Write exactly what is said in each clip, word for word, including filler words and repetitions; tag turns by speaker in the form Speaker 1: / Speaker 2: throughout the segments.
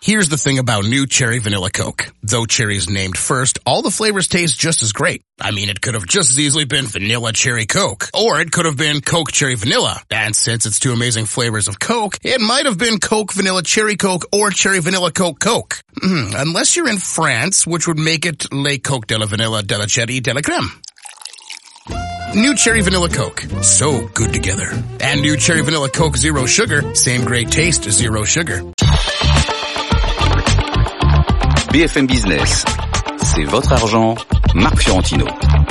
Speaker 1: Here's the thing about new Cherry Vanilla Coke. Though cherry's named first, all the flavors taste just as great. I mean, it could have just as easily been Vanilla Cherry Coke, or it could have been Coke Cherry Vanilla. And since it's two amazing flavors of Coke, it might have been Coke Vanilla Cherry Coke or Cherry Vanilla Coke Coke. Mm, unless you're in France, which would make it Le Coke de la Vanilla de la Cherry de la Crème. New Cherry Vanilla Coke. So good together. And new Cherry Vanilla Coke Zero Sugar. Same great taste, zero sugar.
Speaker 2: B F M Business. C'est votre argent. Marc Fiorentino.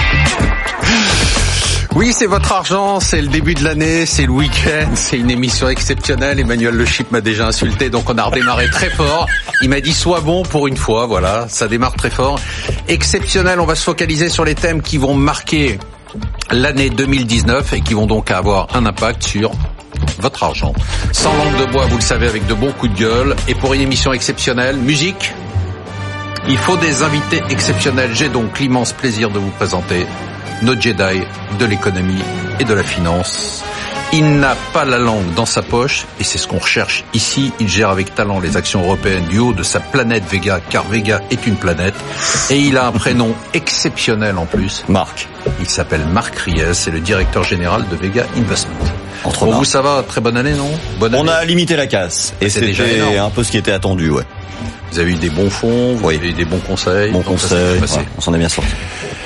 Speaker 3: Oui, c'est votre argent, c'est le début de l'année, c'est le week-end, c'est une émission exceptionnelle. Emmanuel Le Chip m'a déjà insulté, donc on a redémarré très fort. Il m'a dit sois bon pour une fois, voilà, ça démarre très fort. Exceptionnel, on va se focaliser sur les thèmes qui vont marquer l'année deux mille dix-neuf et qui vont donc avoir un impact sur votre argent. Sans langue de bois, vous le savez, avec de bons coups de gueule. Et pour une émission exceptionnelle, musique, il faut des invités exceptionnels. J'ai donc l'immense plaisir de vous présenter nos Jedi de l'économie et de la finance. Il n'a pas la langue dans sa poche, et c'est ce qu'on recherche ici. Il gère avec talent les actions européennes du haut de sa planète Vega, car Vega est une planète. Et il a un prénom exceptionnel en plus.
Speaker 4: Marc.
Speaker 3: Il s'appelle Marc Ries, c'est le directeur général de Vega Investment.
Speaker 4: Entre
Speaker 3: Pour vous, ça va? Très bonne année, non? Bonne année.
Speaker 4: On a limité la casse, et
Speaker 3: c'est
Speaker 4: c'était
Speaker 3: déjà
Speaker 4: un peu ce qui était attendu, ouais.
Speaker 3: Vous avez eu des bons fonds, vous
Speaker 4: oui.
Speaker 3: avez eu des bons conseils.
Speaker 4: Bons conseils, ouais, on s'en est bien sorti.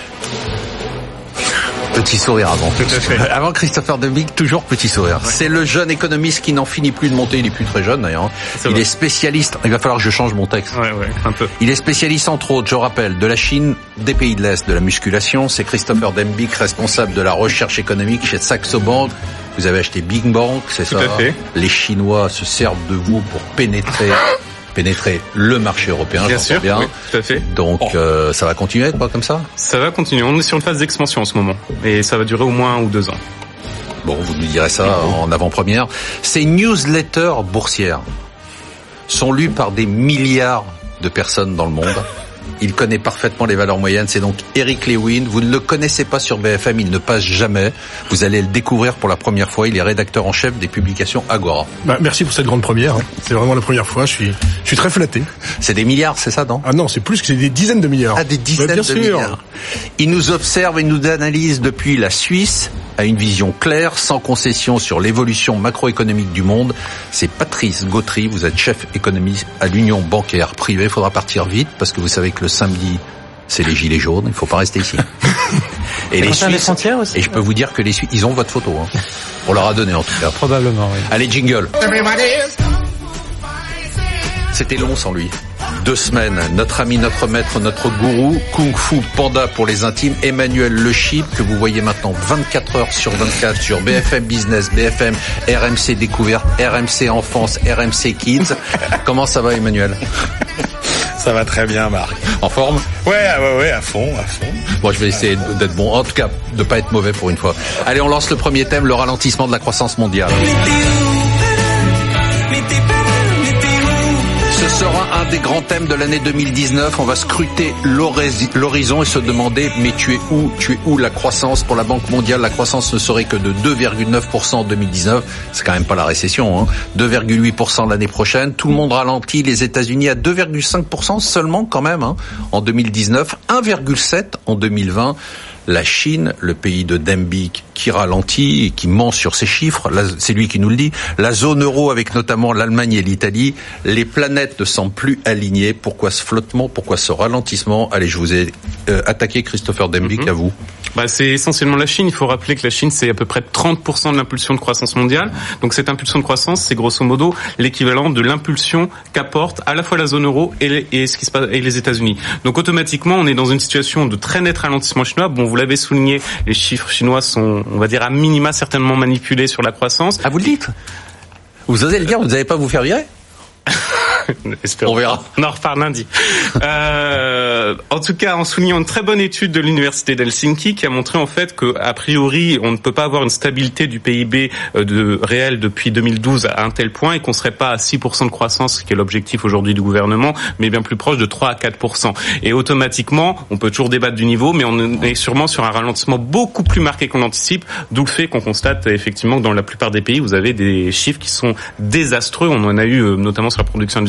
Speaker 3: Petit sourire avant.
Speaker 5: Tout à fait.
Speaker 3: Avant Christopher Dembick, toujours petit sourire. Ouais. C'est le jeune économiste qui n'en finit plus de monter. Il est plus très jeune d'ailleurs.
Speaker 5: C'est
Speaker 3: il
Speaker 5: vrai.
Speaker 3: est spécialiste. Il va falloir que je change mon texte.
Speaker 5: Ouais, ouais, un peu.
Speaker 3: Il est spécialiste entre autres, je rappelle, de la Chine, des pays de l'Est, de la musculation. C'est Christopher Dembick, responsable de la recherche économique chez Saxo Bank. Vous avez acheté Big Bank, c'est ça?
Speaker 5: Tout à fait.
Speaker 3: Les Chinois se servent de vous pour pénétrer. pénétrer le marché européen,
Speaker 5: Bien
Speaker 3: j'entends
Speaker 5: sûr,
Speaker 3: bien.
Speaker 5: oui, tout à fait.
Speaker 3: Donc euh, ça va continuer à être pas comme ça?
Speaker 5: Ça va continuer. On est sur une phase d'expansion en ce moment. Et ça va durer au moins un ou deux ans.
Speaker 3: Bon, vous nous direz ça en avant-première. Ces newsletters boursières sont lues par des milliards de personnes dans le monde. Il connaît parfaitement les valeurs moyennes. C'est donc Eric Lewin. Vous ne le connaissez pas sur B F M, il ne passe jamais. Vous allez le découvrir pour la première fois. Il est rédacteur en chef des publications Agora.
Speaker 6: Bah, merci pour cette grande première. C'est vraiment la première fois. Je suis, je suis très flatté.
Speaker 3: C'est des milliards, c'est ça, non?
Speaker 6: Ah non, c'est plus que c'est des dizaines de milliards.
Speaker 3: Ah, des dizaines
Speaker 6: bah, bien
Speaker 3: de
Speaker 6: sûr.
Speaker 3: milliards. Il nous observe et nous analyse depuis la Suisse, à une vision claire, sans concession sur l'évolution macroéconomique du monde. C'est Patrice Gautry, vous êtes chef économiste à l'Union bancaire privée. Il faudra partir vite parce que vous savez que le samedi, c'est les gilets jaunes. Il faut pas rester ici. Et les Suisses,
Speaker 7: aussi,
Speaker 3: et je peux vous dire que les Suisses, ils ont votre photo. Hein. On leur a donné en tout cas.
Speaker 7: Probablement, oui.
Speaker 3: Allez, jingle. C'était long sans lui. Deux semaines. Notre ami, notre maître, notre gourou, Kung Fu Panda pour les intimes, Emmanuel Le Chip, que vous voyez maintenant vingt-quatre heures sur vingt-quatre sur B F M Business, B F M, R M C Découverte, R M C Enfance, R M C Kids. Comment ça va, Emmanuel?
Speaker 8: Ça va très bien, Marc.
Speaker 3: En forme?
Speaker 8: Ouais, ouais, ouais, à fond, à fond.
Speaker 3: Bon, je vais essayer d'être bon. En tout cas, de pas être mauvais pour une fois. Allez, on lance le premier thème, le ralentissement de la croissance mondiale. Ce sera un des grands thèmes de l'année deux mille dix-neuf. On va scruter l'horizon et se demander, mais tu es où? Tu es où la croissance? Pour la Banque mondiale, la croissance ne serait que de deux virgule neuf pour cent en deux mille dix-neuf. C'est quand même pas la récession, hein. deux virgule huit pour cent l'année prochaine. Tout le monde ralentit. Les États-Unis à deux virgule cinq pour cent seulement quand même, hein, en deux mille dix-neuf. un virgule sept en deux mille vingt. La Chine, le pays de Dembick, qui ralentit et qui ment sur ses chiffres, là, c'est lui qui nous le dit. La zone euro avec notamment l'Allemagne et l'Italie. Les planètes ne semblent plus alignées. Pourquoi ce flottement? Pourquoi ce ralentissement? Allez, je vous ai euh, attaqué, Christopher Dembick, mm-hmm. à vous.
Speaker 5: Bah, c'est essentiellement la Chine. Il faut rappeler que la Chine, c'est à peu près trente pour cent de l'impulsion de croissance mondiale. Donc cette impulsion de croissance, c'est grosso modo l'équivalent de l'impulsion qu'apporte à la fois la zone euro et les, et ce qui se passe, et les États-Unis. Donc automatiquement, on est dans une situation de très net ralentissement chinois. Bon, vous l'avez souligné, les chiffres chinois sont, on va dire, à minima certainement manipulés sur la croissance.
Speaker 3: Ah, vous le dites? Vous osez le dire? Vous n'allez pas vous faire virer?
Speaker 5: Espérons.
Speaker 3: On verra.
Speaker 5: On en reparle lundi. euh, en tout cas, en soulignant une très bonne étude de l'université d'Helsinki qui a montré en fait que, a priori, on ne peut pas avoir une stabilité du P I B de réel depuis deux mille douze à un tel point et qu'on serait pas à six pour cent de croissance, qui est l'objectif aujourd'hui du gouvernement, mais bien plus proche de trois à quatre pour cent. Et automatiquement, on peut toujours débattre du niveau, mais on est sûrement sur un ralentissement beaucoup plus marqué qu'on l'anticipe, d'où le fait qu'on constate effectivement que dans la plupart des pays, vous avez des chiffres qui sont désastreux. On en a eu notamment sur la production industrielle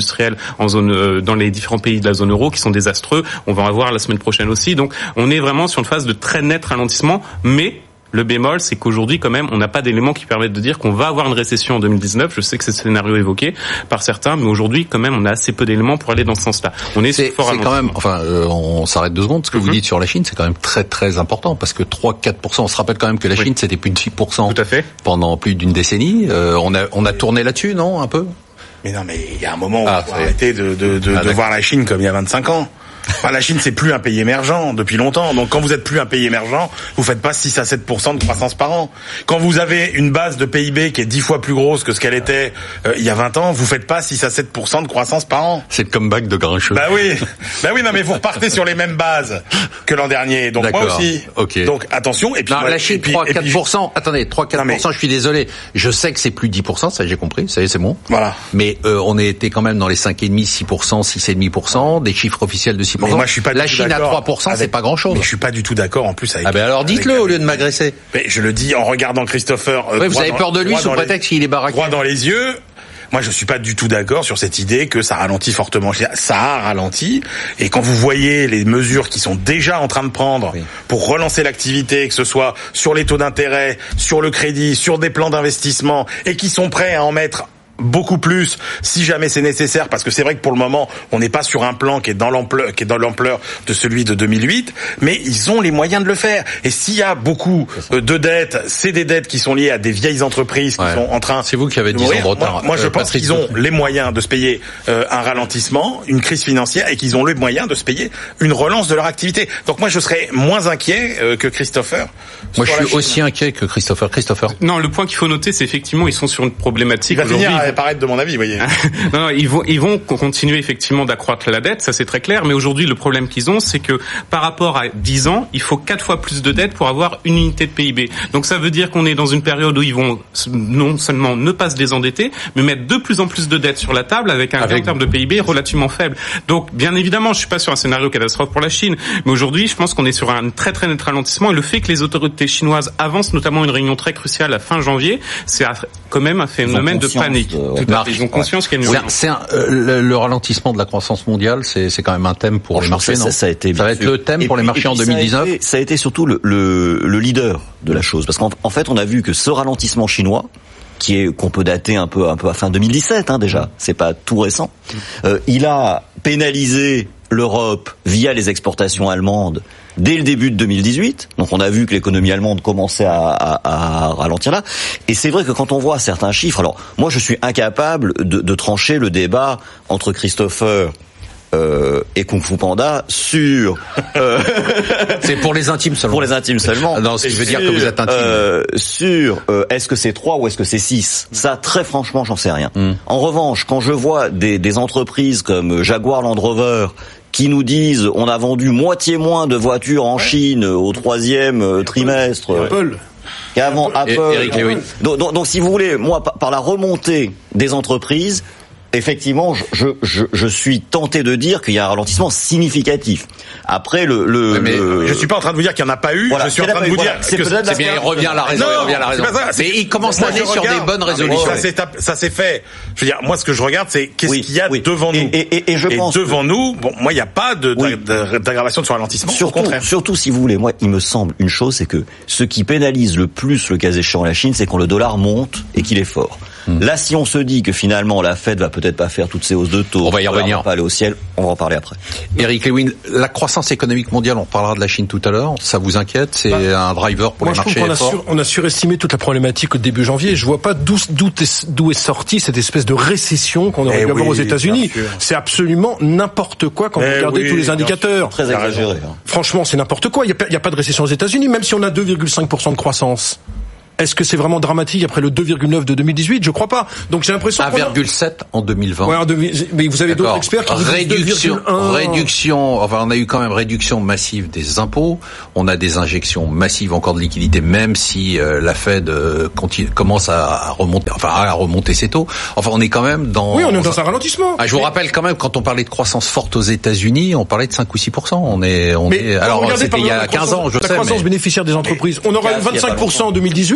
Speaker 5: industrielle en zone, euh, dans les différents pays de la zone euro qui sont désastreux. On va en avoir la semaine prochaine aussi. Donc, on est vraiment sur une phase de très net ralentissement, mais le bémol, c'est qu'aujourd'hui, quand même, on n'a pas d'éléments qui permettent de dire qu'on va avoir une récession en deux mille dix-neuf. Je sais que c'est le scénario évoqué par certains, mais aujourd'hui, quand même, on a assez peu d'éléments pour aller dans ce sens-là. On est,
Speaker 3: c'est,
Speaker 5: fort
Speaker 3: c'est quand même, enfin, euh, on s'arrête deux secondes. Ce que mm-hmm. vous dites sur la Chine, c'est quand même très, très important parce que trois à quatre pour cent, on se rappelle quand même que la Chine, oui. c'était plus de six pour cent
Speaker 5: Tout à fait.
Speaker 3: pendant plus d'une décennie. Euh, on a, on a tourné là-dessus, non, un peu?
Speaker 8: Mais non, mais il y a un moment où ah, il faut arrêter de, de, de, ah, de voir la Chine comme il y a vingt-cinq ans. Enfin, la Chine, c'est plus un pays émergent depuis longtemps. Donc, quand vous êtes plus un pays émergent, vous faites pas six à sept pour cent de croissance par an. Quand vous avez une base de P I B qui est dix fois plus grosse que ce qu'elle était euh, il y a vingt ans, vous faites pas six à sept pour cent de croissance par an.
Speaker 3: C'est le comeback de Grincheux.
Speaker 8: Bah oui. Bah oui, non, mais vous repartez sur les mêmes bases que l'an dernier. Donc, D'accord. moi aussi.
Speaker 3: Okay.
Speaker 8: Donc, attention. Et puis,
Speaker 3: non,
Speaker 8: moi,
Speaker 3: la Chine, trois à quatre pour cent.
Speaker 8: Puis...
Speaker 3: Attendez, trois à quatre pour cent, mais... je suis désolé. Je sais que c'est plus dix pour cent, ça j'ai compris. Ça y est, c'est bon.
Speaker 8: Voilà.
Speaker 3: Mais, euh, on était quand même dans les cinq virgule cinq, six pour cent, six virgule cinq pour cent, des chiffres officiels de six pour cent.
Speaker 8: Mais moi, je suis pas
Speaker 3: la Chine à trois pour cent,
Speaker 8: avec...
Speaker 3: c'est pas grand chose.
Speaker 8: Mais je suis pas du tout d'accord, en plus, avec.
Speaker 3: Ah ben alors dites-le
Speaker 8: avec...
Speaker 3: au lieu de m'agresser.
Speaker 8: Mais je le dis en regardant Christopher. Euh,
Speaker 3: ouais, vous avez peur de lui sous prétexte qu'il est baraqué.
Speaker 8: Droit dans les yeux. Moi, je suis pas du tout d'accord sur cette idée que ça ralentit fortement. Ça a ralenti. Et quand vous voyez les mesures qui sont déjà en train de prendre oui. pour relancer l'activité, que ce soit sur les taux d'intérêt, sur le crédit, sur des plans d'investissement, et qui sont prêts à en mettre beaucoup plus si jamais c'est nécessaire, parce que c'est vrai que pour le moment on n'est pas sur un plan qui est dans l'ampleur qui est dans l'ampleur de celui de deux mille huit, mais ils ont les moyens de le faire. Et s'il y a beaucoup de dettes, c'est des dettes qui sont liées à des vieilles entreprises qui ouais. sont en train.
Speaker 3: C'est vous qui avez dix ans de retard.
Speaker 8: Moi, moi je euh, pense qu'ils ont les moyens de se payer euh, un ralentissement, une crise financière, et qu'ils ont les moyens de se payer une relance de leur activité. Donc moi je serais moins inquiet euh, que Christopher.
Speaker 3: Moi je suis aussi inquiet que Christopher. Christopher.
Speaker 5: Non, le point qu'il faut noter, c'est effectivement ils sont sur une problématique.
Speaker 8: Il va finir à paraître de mon avis, vous voyez.
Speaker 5: non, non, ils vont, ils vont continuer effectivement d'accroître la dette, ça c'est très clair. Mais aujourd'hui, le problème qu'ils ont, c'est que par rapport à dix ans, il faut quatre fois plus de dette pour avoir une unité de P I B. Donc ça veut dire qu'on est dans une période où ils vont non seulement ne pas se désendetter, mais mettre de plus en plus de dettes sur la table avec un avec... terme de P I B relativement faible. Donc bien évidemment, je suis pas sur un scénario catastrophe pour la Chine, mais aujourd'hui, je pense qu'on est sur un très très net ralentissement. Et le fait que les autorités chinoises avancent, notamment une réunion très cruciale à fin janvier, c'est quand même un phénomène de panique. De, ouais. Ils ont conscience qu'il y a une
Speaker 3: c'est un, c'est un, euh, le, le ralentissement de la croissance mondiale, c'est, c'est quand même un thème pour les marchés,
Speaker 4: ça,
Speaker 3: non
Speaker 4: ça, a été
Speaker 3: ça va être le thème et pour puis, les marchés en deux mille dix-neuf.
Speaker 4: Ça a été, ça a été surtout le, le, le leader de la chose, parce qu'en en fait, on a vu que ce ralentissement chinois, qui est qu'on peut dater un peu un peu à fin deux mille dix-sept, hein, déjà, c'est pas tout récent. Euh, il a pénalisé l'Europe via les exportations allemandes dès le début de deux mille dix-huit. Donc on a vu que l'économie allemande commençait à, à, à ralentir là. Et c'est vrai que quand on voit certains chiffres, alors moi je suis incapable de, de trancher le débat entre Christopher Euh, et Kung Fu Panda sur euh,
Speaker 3: c'est pour les intimes seulement.
Speaker 4: Pour les intimes seulement.
Speaker 3: Non, ce qui veut dire que vous êtes intime.
Speaker 4: Euh, sur euh, est-ce que c'est trois ou est-ce que c'est six? Ça, très franchement, j'en sais rien. Mm. En revanche, quand je vois des, des entreprises comme Jaguar Land Rover qui nous disent on a vendu moitié moins de voitures en ouais. Chine au troisième euh, trimestre.
Speaker 6: Apple.
Speaker 4: Qu'avant Apple.
Speaker 3: Eric Lewin.
Speaker 4: Donc, donc, donc, si vous voulez, moi, par la remontée des entreprises, effectivement, je, je, je, je suis tenté de dire qu'il y a un ralentissement significatif. Après, le, le,
Speaker 8: mais
Speaker 4: le...
Speaker 8: je suis pas en train de vous dire qu'il n'y en a pas eu.
Speaker 4: Voilà,
Speaker 8: je suis en train de vous
Speaker 4: voilà.
Speaker 8: dire
Speaker 3: c'est
Speaker 8: que
Speaker 3: c'est, c'est bien. Il revient à la raison.
Speaker 8: Non,
Speaker 3: il revient à la raison.
Speaker 8: C'est pas ça,
Speaker 3: mais il commence l'année sur des bonnes résolutions.
Speaker 8: Ça s'est, ça s'est fait. Je veux dire, moi, ce que je regarde, c'est qu'est-ce oui, qu'il y a oui. devant nous.
Speaker 4: Et, et, et, je et pense
Speaker 8: devant
Speaker 4: que...
Speaker 8: nous, bon, moi, il n'y a pas de, oui. d'aggravation de ce ralentissement.
Speaker 4: Surtout,
Speaker 8: au contraire.
Speaker 4: Surtout, si vous voulez, moi, il me semble une chose, c'est que ce qui pénalise le plus le cas échéant la Chine, c'est quand le dollar monte et qu'il est fort. Hum. Là, si on se dit que finalement la Fed va peut-être pas faire toutes ces hausses de taux,
Speaker 3: on va y revenir,
Speaker 4: on va pas aller au ciel, on va en parler après.
Speaker 3: Eric Lewin, la croissance économique mondiale, on parlera de la Chine tout à l'heure. Ça vous inquiète? C'est bah, un driver pour
Speaker 6: moi
Speaker 3: les marchés
Speaker 6: forts. Moi, je trouve qu'on a, sur, on a surestimé toute la problématique au début janvier. Je vois pas d'où, d'où, est, d'où est sortie cette espèce de récession qu'on aurait eh dû avoir oui, aux États-Unis. C'est absolument n'importe quoi quand eh vous regardez oui, tous les indicateurs.
Speaker 4: Très exagéré. Hein.
Speaker 6: Franchement, c'est n'importe quoi. Il y a, il y a pas de récession aux États-Unis, même si on a deux virgule cinq pour cent de croissance. Est-ce que c'est vraiment dramatique après le deux virgule neuf de deux mille dix-huit? Je crois pas. Donc j'ai l'impression
Speaker 3: un virgule sept en deux mille vingt.
Speaker 6: Ouais, en deux mille... mais vous avez D'accord. d'autres experts qui
Speaker 3: réduction,
Speaker 6: disent deux virgule un.
Speaker 3: Réduction, enfin on a eu quand même réduction massive des impôts, on a des injections massives encore de liquidités, même si euh, la Fed euh, continue, commence à, à remonter, enfin à remonter ses taux. Enfin on est quand même dans.
Speaker 6: Oui, on est dans un ralentissement.
Speaker 3: Ah, je vous mais... rappelle quand même quand on parlait de croissance forte aux États-Unis, on parlait de cinq ou six pour cent. On est, on
Speaker 6: mais
Speaker 3: est. Alors c'était il y a quinze ans, je
Speaker 6: la
Speaker 3: sais.
Speaker 6: La croissance
Speaker 3: mais...
Speaker 6: bénéficiaire des entreprises. On aura eu vingt-cinq pour cent en deux mille dix-huit.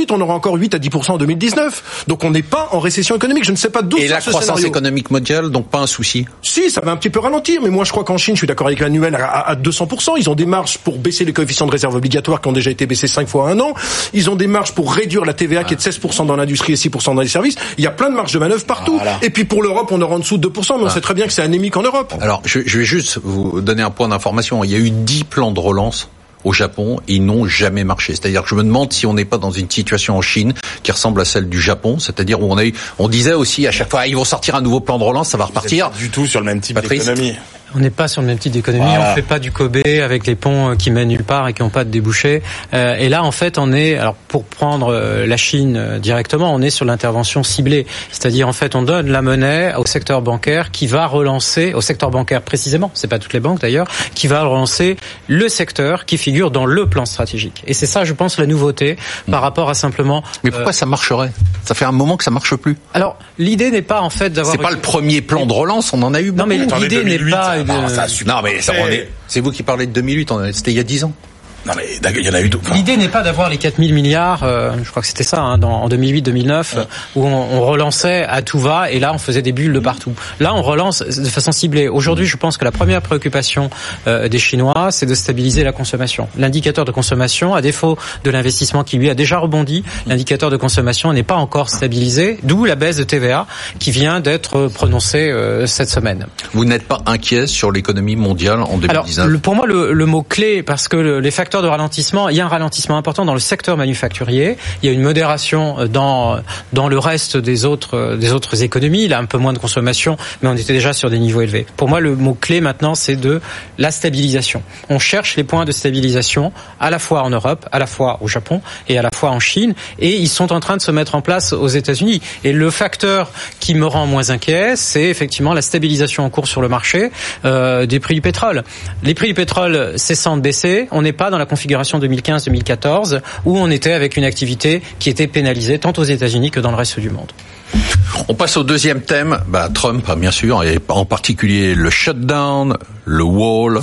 Speaker 6: ensuite on aura encore huit à dix pour cent en deux mille dix-neuf. Donc on n'est pas en récession économique. Je ne sais pas d'où
Speaker 3: Et
Speaker 6: sort
Speaker 3: la
Speaker 6: ce
Speaker 3: croissance
Speaker 6: scénario.
Speaker 3: économique mondiale, donc pas un souci.
Speaker 6: Si, ça va un petit peu ralentir, mais moi je crois qu'en Chine, je suis d'accord avec l'annuel à, à deux cents pour cent. Ils ont des marges pour baisser les coefficients de réserve obligatoires qui ont déjà été baissés cinq fois en un an. Ils ont des marges pour réduire la T V A qui est de seize pour cent dans l'industrie et six pour cent dans les services. Il y a plein de marges de manœuvre partout. Voilà. Et puis pour l'Europe, on aura en dessous de deux pour cent, mais on ah. sait très bien que c'est anémique en Europe.
Speaker 3: Alors, je, je vais juste vous donner un point d'information. Il y a eu dix plans de relance au Japon, ils n'ont jamais marché. C'est-à-dire que je me demande si on n'est pas dans une situation en Chine qui ressemble à celle du Japon, c'est-à-dire où on a eu, on disait aussi à chaque fois, ah, ils vont sortir un nouveau plan de relance, ça va repartir.
Speaker 8: Du tout sur le même type d'économie.
Speaker 7: On n'est pas sur le même type d'économie, voilà. On fait pas du Kobe avec les ponts qui mènent nulle part et qui n'ont pas de débouchés. Euh, et là, en fait, on est, alors pour prendre la Chine directement, on est sur l'intervention ciblée. C'est-à-dire, en fait, on donne la monnaie au secteur bancaire qui va relancer, au secteur bancaire précisément, c'est pas toutes les banques d'ailleurs, qui va relancer le secteur qui figure dans le plan stratégique. Et c'est ça, je pense, la nouveauté mmh. par rapport à simplement...
Speaker 3: Mais pourquoi euh, ça marcherait ? Ça fait un moment que ça marche plus.
Speaker 7: Alors, l'idée n'est pas en fait d'avoir...
Speaker 3: C'est pas le premier plan de relance, on en a eu beaucoup.
Speaker 7: Non, mais
Speaker 3: Attendez,
Speaker 7: l'idée n'est pas...
Speaker 3: Non, ça non mais ça, on est... c'est vous qui parlez de deux mille huit, c'était il y a dix ans.
Speaker 8: Non mais il y en a eu d'autres. Enfin...
Speaker 7: L'idée n'est pas d'avoir les quatre mille milliards, euh, je crois que c'était ça, hein, dans, en deux mille huit deux mille neuf, ouais. où on, on relançait à tout va et là on faisait des bulles de partout. Là on relance de façon ciblée. Aujourd'hui je pense que la première préoccupation euh, des Chinois c'est de stabiliser la consommation. L'indicateur de consommation, à défaut de l'investissement qui lui a déjà rebondi, l'indicateur de consommation n'est pas encore stabilisé, d'où la baisse de T V A qui vient d'être prononcée euh, cette semaine.
Speaker 3: Vous n'êtes pas inquiet sur l'économie mondiale en deux mille dix-neuf ?
Speaker 7: Alors le, pour moi le, le mot clé, parce que le, les facteurs de ralentissement, il y a un ralentissement important dans le secteur manufacturier, il y a une modération dans dans le reste des autres des autres économies, il y a un peu moins de consommation, mais on était déjà sur des niveaux élevés. Pour moi, le mot clé maintenant, c'est de la stabilisation. On cherche les points de stabilisation à la fois en Europe, à la fois au Japon et à la fois en Chine, et ils sont en train de se mettre en place aux États-Unis. Et le facteur qui me rend moins inquiet, c'est effectivement la stabilisation en cours sur le marché euh, des prix du pétrole. Les prix du pétrole cessant de baisser, on n'est pas dans la configuration deux mille quinze deux mille quatorze où on était avec une activité qui était pénalisée tant aux États-Unis que dans le reste du monde.
Speaker 3: On passe au deuxième thème, bah, Trump bien sûr, et en particulier le shutdown, le wall.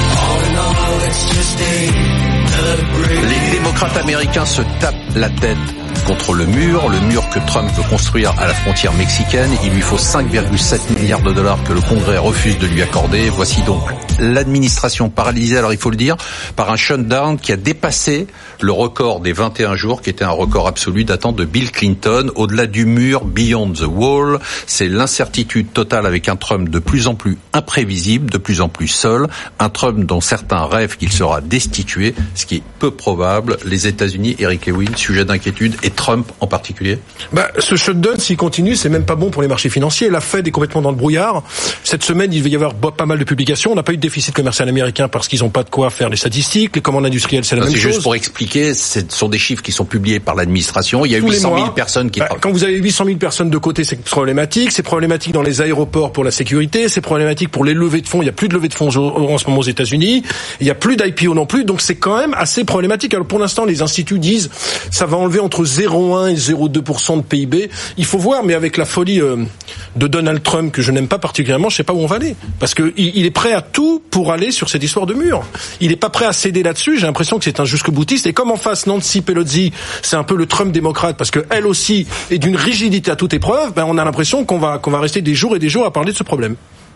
Speaker 3: Les démocrates américains se tapent la tête contre le mur, le mur que Trump veut construire à la frontière mexicaine. Il lui faut cinq virgule sept milliards de dollars que le Congrès refuse de lui accorder. Voici donc l'administration paralysée, alors il faut le dire, par un shutdown qui a dépassé le record des vingt et un jours, qui était un record absolu datant de Bill Clinton. Au-delà du mur, beyond the wall, c'est l'incertitude totale avec un Trump de plus en plus imprévisible, de plus en plus seul, un Trump dont certains rêvent qu'il sera destitué, ce qui est peu probable. Les États-Unis, Eric Lewin, sujet d'inquiétude, et Trump en particulier.
Speaker 6: Bah, ce shutdown, s'il continue, c'est même pas bon pour les marchés financiers. La Fed est complètement dans le brouillard. Cette semaine, il va y avoir pas mal de publications. On n'a pas eu de déficit commercial américain parce qu'ils n'ont pas de quoi faire les statistiques. Les commandes industrielles, c'est la
Speaker 3: non,
Speaker 6: même
Speaker 3: c'est
Speaker 6: chose.
Speaker 3: Juste pour expliquer, ce sont des chiffres qui sont publiés par l'administration. Il y a huit cent mille personnes qui...
Speaker 6: Bah, quand vous avez huit cent mille personnes de côté, c'est problématique. C'est problématique dans les aéroports pour la sécurité. C'est problématique pour les levées de fonds. Il n'y a plus de levées de fonds en ce moment aux États-Unis. Il n'y a plus d'I P O non plus. Donc c'est quand même assez problématique. Alors pour l'instant, les instituts disent ça va enlever entre zéro virgule un et zéro virgule deux pour cent de P I B. Il faut voir, mais avec la folie euh, de Donald Trump que je n'aime pas particulièrement, je sais pas où on va aller. Parce que il, il est prêt à tout pour aller sur cette histoire de mur. Il est pas prêt à céder là-dessus. J'ai l'impression que c'est un jusque-boutiste. Et comme en face, Nancy Pelosi, c'est un peu le Trump démocrate, parce que elle aussi est d'une rigidité à toute épreuve, ben on a l'impression qu'on va qu'on va rester des jours et des jours à parler de ce problème.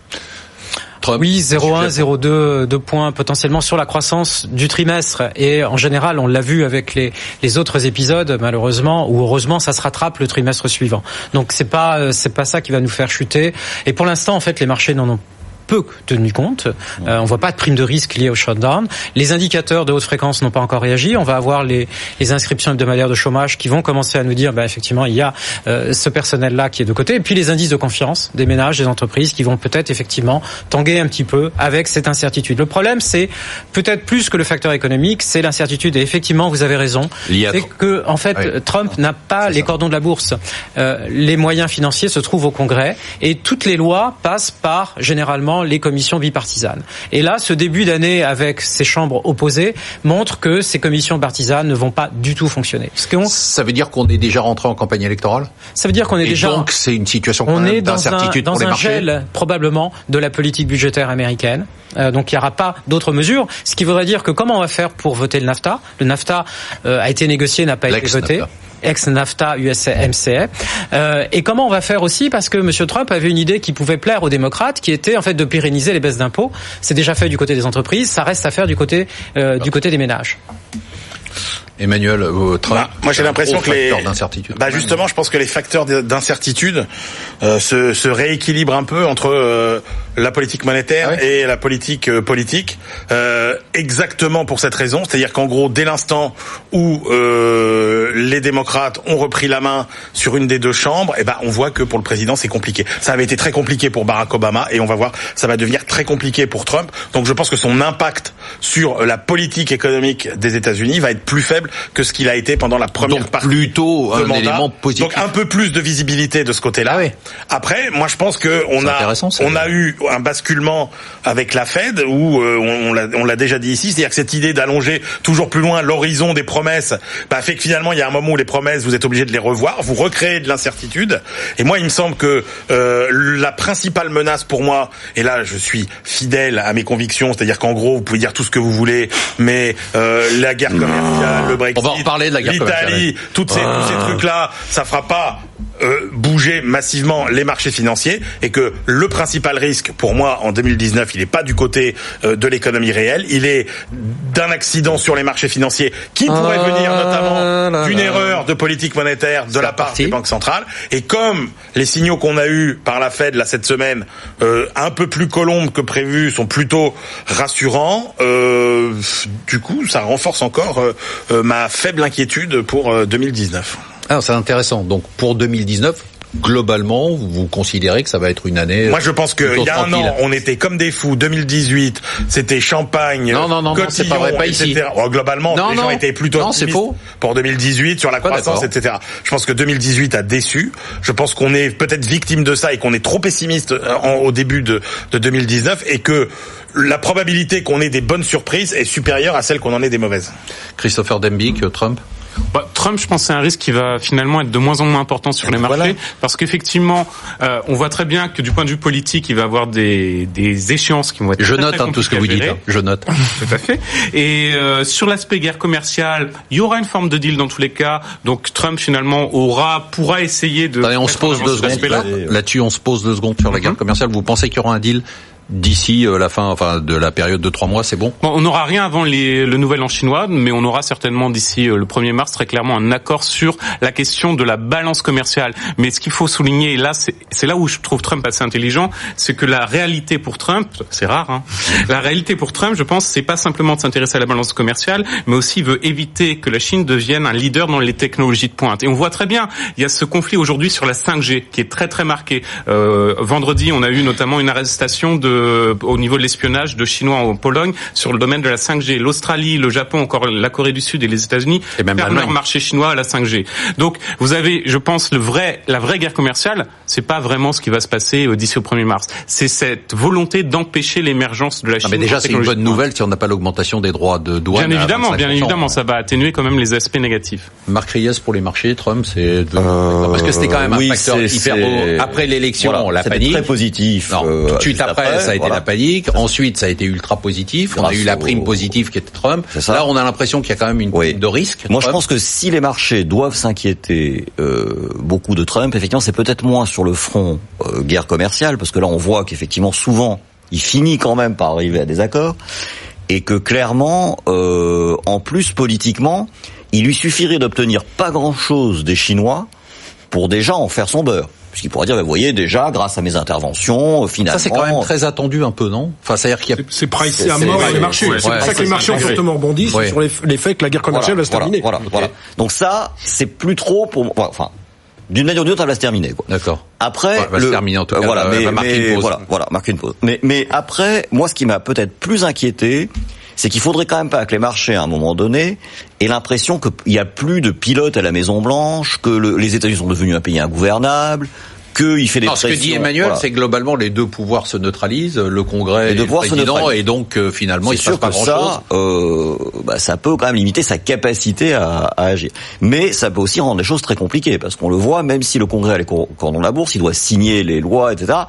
Speaker 7: Trump. Oui, zéro virgule un, zéro virgule deux, deux points potentiellement sur la croissance du trimestre. Et en général, on l'a vu avec les, les autres épisodes, malheureusement, ou heureusement, ça se rattrape le trimestre suivant. Donc c'est pas, c'est pas ça qui va nous faire chuter. Et pour l'instant, en fait, les marchés n'en ont peu tenu compte. Euh, on voit pas de prime de risque liée au shutdown. Les indicateurs de haute fréquence n'ont pas encore réagi. On va avoir les, les inscriptions hebdomadaires de chômage qui vont commencer à nous dire, bah, effectivement, il y a euh, ce personnel-là qui est de côté. Et puis les indices de confiance des ménages, des entreprises qui vont peut-être effectivement tanguer un petit peu avec cette incertitude. Le problème, c'est peut-être plus que le facteur économique, c'est l'incertitude. Et effectivement, vous avez raison. C'est que, en fait, oui. Trump n'a pas c'est les ça. cordons de la bourse. Euh, les moyens financiers se trouvent au Congrès et toutes les lois passent par, généralement, les commissions bipartisanes. Et là, ce début d'année avec ces chambres opposées montre que ces commissions bipartisanes ne vont pas du tout fonctionner. Parce qu'on...
Speaker 3: Ça veut dire qu'on est déjà rentré en campagne électorale ?
Speaker 7: Ça veut dire qu'on est
Speaker 3: Et
Speaker 7: déjà...
Speaker 3: donc, c'est une situation quand
Speaker 7: on
Speaker 3: même
Speaker 7: est dans
Speaker 3: d'incertitude
Speaker 7: un,
Speaker 3: pour
Speaker 7: dans
Speaker 3: les marchés.
Speaker 7: Dans un gel, probablement, de la politique budgétaire américaine. Euh, donc, il n'y aura pas d'autres mesures. Ce qui voudrait dire que comment on va faire pour voter le NAFTA ? Le NAFTA euh, a été négocié, n'a pas été voté. ex-NAFTA, U S M C A. Euh, et comment on va faire aussi, parce que M. Trump avait une idée qui pouvait plaire aux démocrates, qui était en fait de pérenniser les baisses d'impôts. C'est déjà fait du côté des entreprises, ça reste à faire du côté euh, du côté des ménages.
Speaker 3: Emmanuel, euh, Trump,
Speaker 8: bah, moi j'ai l'impression que les
Speaker 3: d'incertitude.
Speaker 8: Bah justement, je pense que les facteurs d'incertitude euh, se, se rééquilibrent un peu entre euh, la politique monétaire ah oui. et la politique euh, politique, euh, exactement pour cette raison, c'est-à-dire qu'en gros, dès l'instant où euh, les démocrates ont repris la main sur une des deux chambres, et ben on voit que pour le président c'est compliqué. Ça avait été très compliqué pour Barack Obama et on va voir, ça va devenir très compliqué pour Trump. Donc je pense que son impact sur la politique économique des États-Unis va être plus faible que ce qu'il a été pendant la première
Speaker 3: Donc,
Speaker 8: partie
Speaker 3: plutôt
Speaker 8: de
Speaker 3: un
Speaker 8: mandat.
Speaker 3: élément positif.
Speaker 8: Donc un peu plus de visibilité de ce côté-là.
Speaker 3: Ah oui.
Speaker 8: Après, moi je pense que on a on a eu un basculement avec la Fed où euh, on, on l'a on l'a déjà dit ici, c'est-à-dire que cette idée d'allonger toujours plus loin l'horizon des promesses, bah fait que finalement il y a un moment où les promesses vous êtes obligé de les revoir, vous recréez de l'incertitude. Et moi il me semble que euh, la principale menace pour moi, et là je suis fidèle à mes convictions, c'est-à-dire qu'en gros vous pouvez dire tout ce que vous voulez, mais euh, la guerre commerciale, le Brexit,
Speaker 3: on va en reparler de la guerre
Speaker 8: l'Italie, toutes ces, ah. tous ces trucs-là, ça fera pas euh, bouger massivement les marchés financiers, et que le principal risque pour moi en deux mille dix-neuf, il n'est pas du côté euh, de l'économie réelle, il est d'un accident sur les marchés financiers qui pourrait ah, venir notamment d'une erreur de politique monétaire de la part partie. des banques centrales. Et comme les signaux qu'on a eus par la Fed là cette semaine, euh, un peu plus colombes que prévu, sont plutôt rassurants, euh, du coup ça renforce encore euh, euh, ma faible inquiétude pour euh, deux mille dix-neuf.
Speaker 3: Ah, c'est intéressant. Donc pour deux mille dix-neuf, globalement, vous considérez que ça va être une année.
Speaker 8: Moi, je pense que il y a un an, on était comme des fous. deux mille dix-huit, c'était champagne,
Speaker 3: non, non, non,
Speaker 8: cotillon,
Speaker 3: non, c'est pas vrai, pas
Speaker 8: et cetera.
Speaker 3: Ici.
Speaker 8: Oh, globalement,
Speaker 3: non,
Speaker 8: les
Speaker 3: non,
Speaker 8: gens étaient plutôt
Speaker 3: non, c'est faux.
Speaker 8: pour deux mille dix-huit sur la croissance, oh, et cetera. Je pense que deux mille dix-huit a déçu. Je pense qu'on est peut-être victime de ça et qu'on est trop pessimiste en, au début de, de deux mille dix-neuf, et que la probabilité qu'on ait des bonnes surprises est supérieure à celle qu'on en ait des mauvaises.
Speaker 3: Christopher Dembicke, Trump.
Speaker 5: Bah, Trump, je pense, c'est un risque qui va finalement être de moins en moins important sur les marchés, voilà. Parce qu'effectivement, euh, on voit très bien que du point de vue politique, il va y avoir des, des échéances qui vont être
Speaker 3: je
Speaker 5: très,
Speaker 3: note
Speaker 5: très
Speaker 3: hein, tout ce que vous dites. Hein. Je note.
Speaker 5: Tout à fait. Et euh, sur l'aspect guerre commerciale, il y aura une forme de deal dans tous les cas. Donc Trump finalement aura pourra essayer de.
Speaker 3: Allez, on se pose deux secondes là. Là-dessus. On se pose deux secondes sur la guerre mm-hmm. commerciale. Vous pensez qu'il y aura un deal d'ici euh, la fin, enfin de la période de trois mois, c'est bon?
Speaker 5: Bon, on n'aura rien avant les, le nouvel an chinois, mais on aura certainement d'ici euh, le premier mars très clairement un accord sur la question de la balance commerciale. Mais ce qu'il faut souligner, et là c'est, c'est là où je trouve Trump assez intelligent, c'est que la réalité pour Trump, c'est rare, hein, la réalité pour Trump, je pense, c'est pas simplement de s'intéresser à la balance commerciale, mais aussi il veut éviter que la Chine devienne un leader dans les technologies de pointe. Et on voit très bien, il y a ce conflit aujourd'hui sur la cinq G qui est très très marqué. Euh, vendredi, on a eu notamment une arrestation de au niveau de l'espionnage de Chinois en Pologne sur le domaine de la cinq G. L'Australie, le Japon, encore la Corée du Sud et les États-Unis ferment leur marché chinois à la cinq G. Donc, vous avez, je pense, le vrai, la vraie guerre commerciale, c'est pas vraiment ce qui va se passer d'ici au premier mars. C'est cette volonté d'empêcher l'émergence de la Chine.
Speaker 3: Ah mais déjà, c'est une bonne nouvelle si on n'a pas l'augmentation des droits de douane.
Speaker 5: Bien évidemment, bien évidemment, ça va atténuer quand même les aspects négatifs.
Speaker 3: Marc Riès pour les marchés, Trump, c'est euh, parce que c'était quand même
Speaker 4: oui,
Speaker 3: un facteur
Speaker 4: c'est,
Speaker 3: hyper
Speaker 4: c'est...
Speaker 3: après l'élection,
Speaker 4: voilà,
Speaker 3: la
Speaker 4: c'était
Speaker 3: panique.
Speaker 4: Très positif.
Speaker 3: Non,
Speaker 4: euh,
Speaker 3: tout de suite après, après, ça a été voilà. la panique. Ensuite, ça a été ultra positif. Grâce on a eu la prime au... positive qui était Trump. Là, on a l'impression qu'il y a quand même une
Speaker 4: oui.
Speaker 3: de risque.
Speaker 4: Moi,
Speaker 3: Trump.
Speaker 4: je pense que si les marchés doivent s'inquiéter euh, beaucoup de Trump, effectivement, c'est peut-être moins sur le front euh, guerre commerciale, parce que là, on voit qu'effectivement, souvent, il finit quand même par arriver à des accords, et que clairement, euh, en plus, politiquement, il lui suffirait d'obtenir pas grand-chose des Chinois pour déjà en faire son beurre. Puisqu'il pourrait dire, vous voyez, déjà, grâce à mes interventions, finalement...
Speaker 3: Ça, c'est quand même très attendu un peu, non? Enfin, c'est-à-dire qu'il y a...
Speaker 6: C'est, c'est pricé à mort sur les marchés. Ouais, c'est pour ouais, ça que les marchés ont fortement rebondi, ouais. sur les, les faits que la guerre commerciale
Speaker 4: voilà,
Speaker 6: va se terminer.
Speaker 4: Voilà, okay. voilà. Donc ça, c'est plus trop pour... Enfin, d'une manière ou d'une autre, elle va se terminer, quoi.
Speaker 3: D'accord.
Speaker 4: Après...
Speaker 3: Ouais, elle va
Speaker 4: le,
Speaker 3: se terminer, en tout cas.
Speaker 4: Voilà, mais,
Speaker 3: va marquer
Speaker 4: mais,
Speaker 3: une pause.
Speaker 4: Voilà, voilà, marquer une pause. Mais, mais après, moi, ce qui m'a peut-être plus inquiété, c'est qu'il faudrait quand même pas que les marchés, à un moment donné, aient l'impression qu'il y a plus de pilotes à la Maison-Blanche, que le, les États-Unis sont devenus un pays ingouvernable, qu'il fait des
Speaker 3: non,
Speaker 4: pressions.
Speaker 3: Ce que dit Emmanuel, voilà. c'est que globalement les deux pouvoirs se neutralisent, le Congrès et le président, et donc euh, finalement
Speaker 4: c'est
Speaker 3: il se passe pas grand-chose.
Speaker 4: Ça, euh, bah, ça peut quand même limiter sa capacité à, à agir. Mais ça peut aussi rendre les choses très compliquées, parce qu'on le voit, même si le Congrès a les cordons de la bourse, il doit signer les lois, et cetera.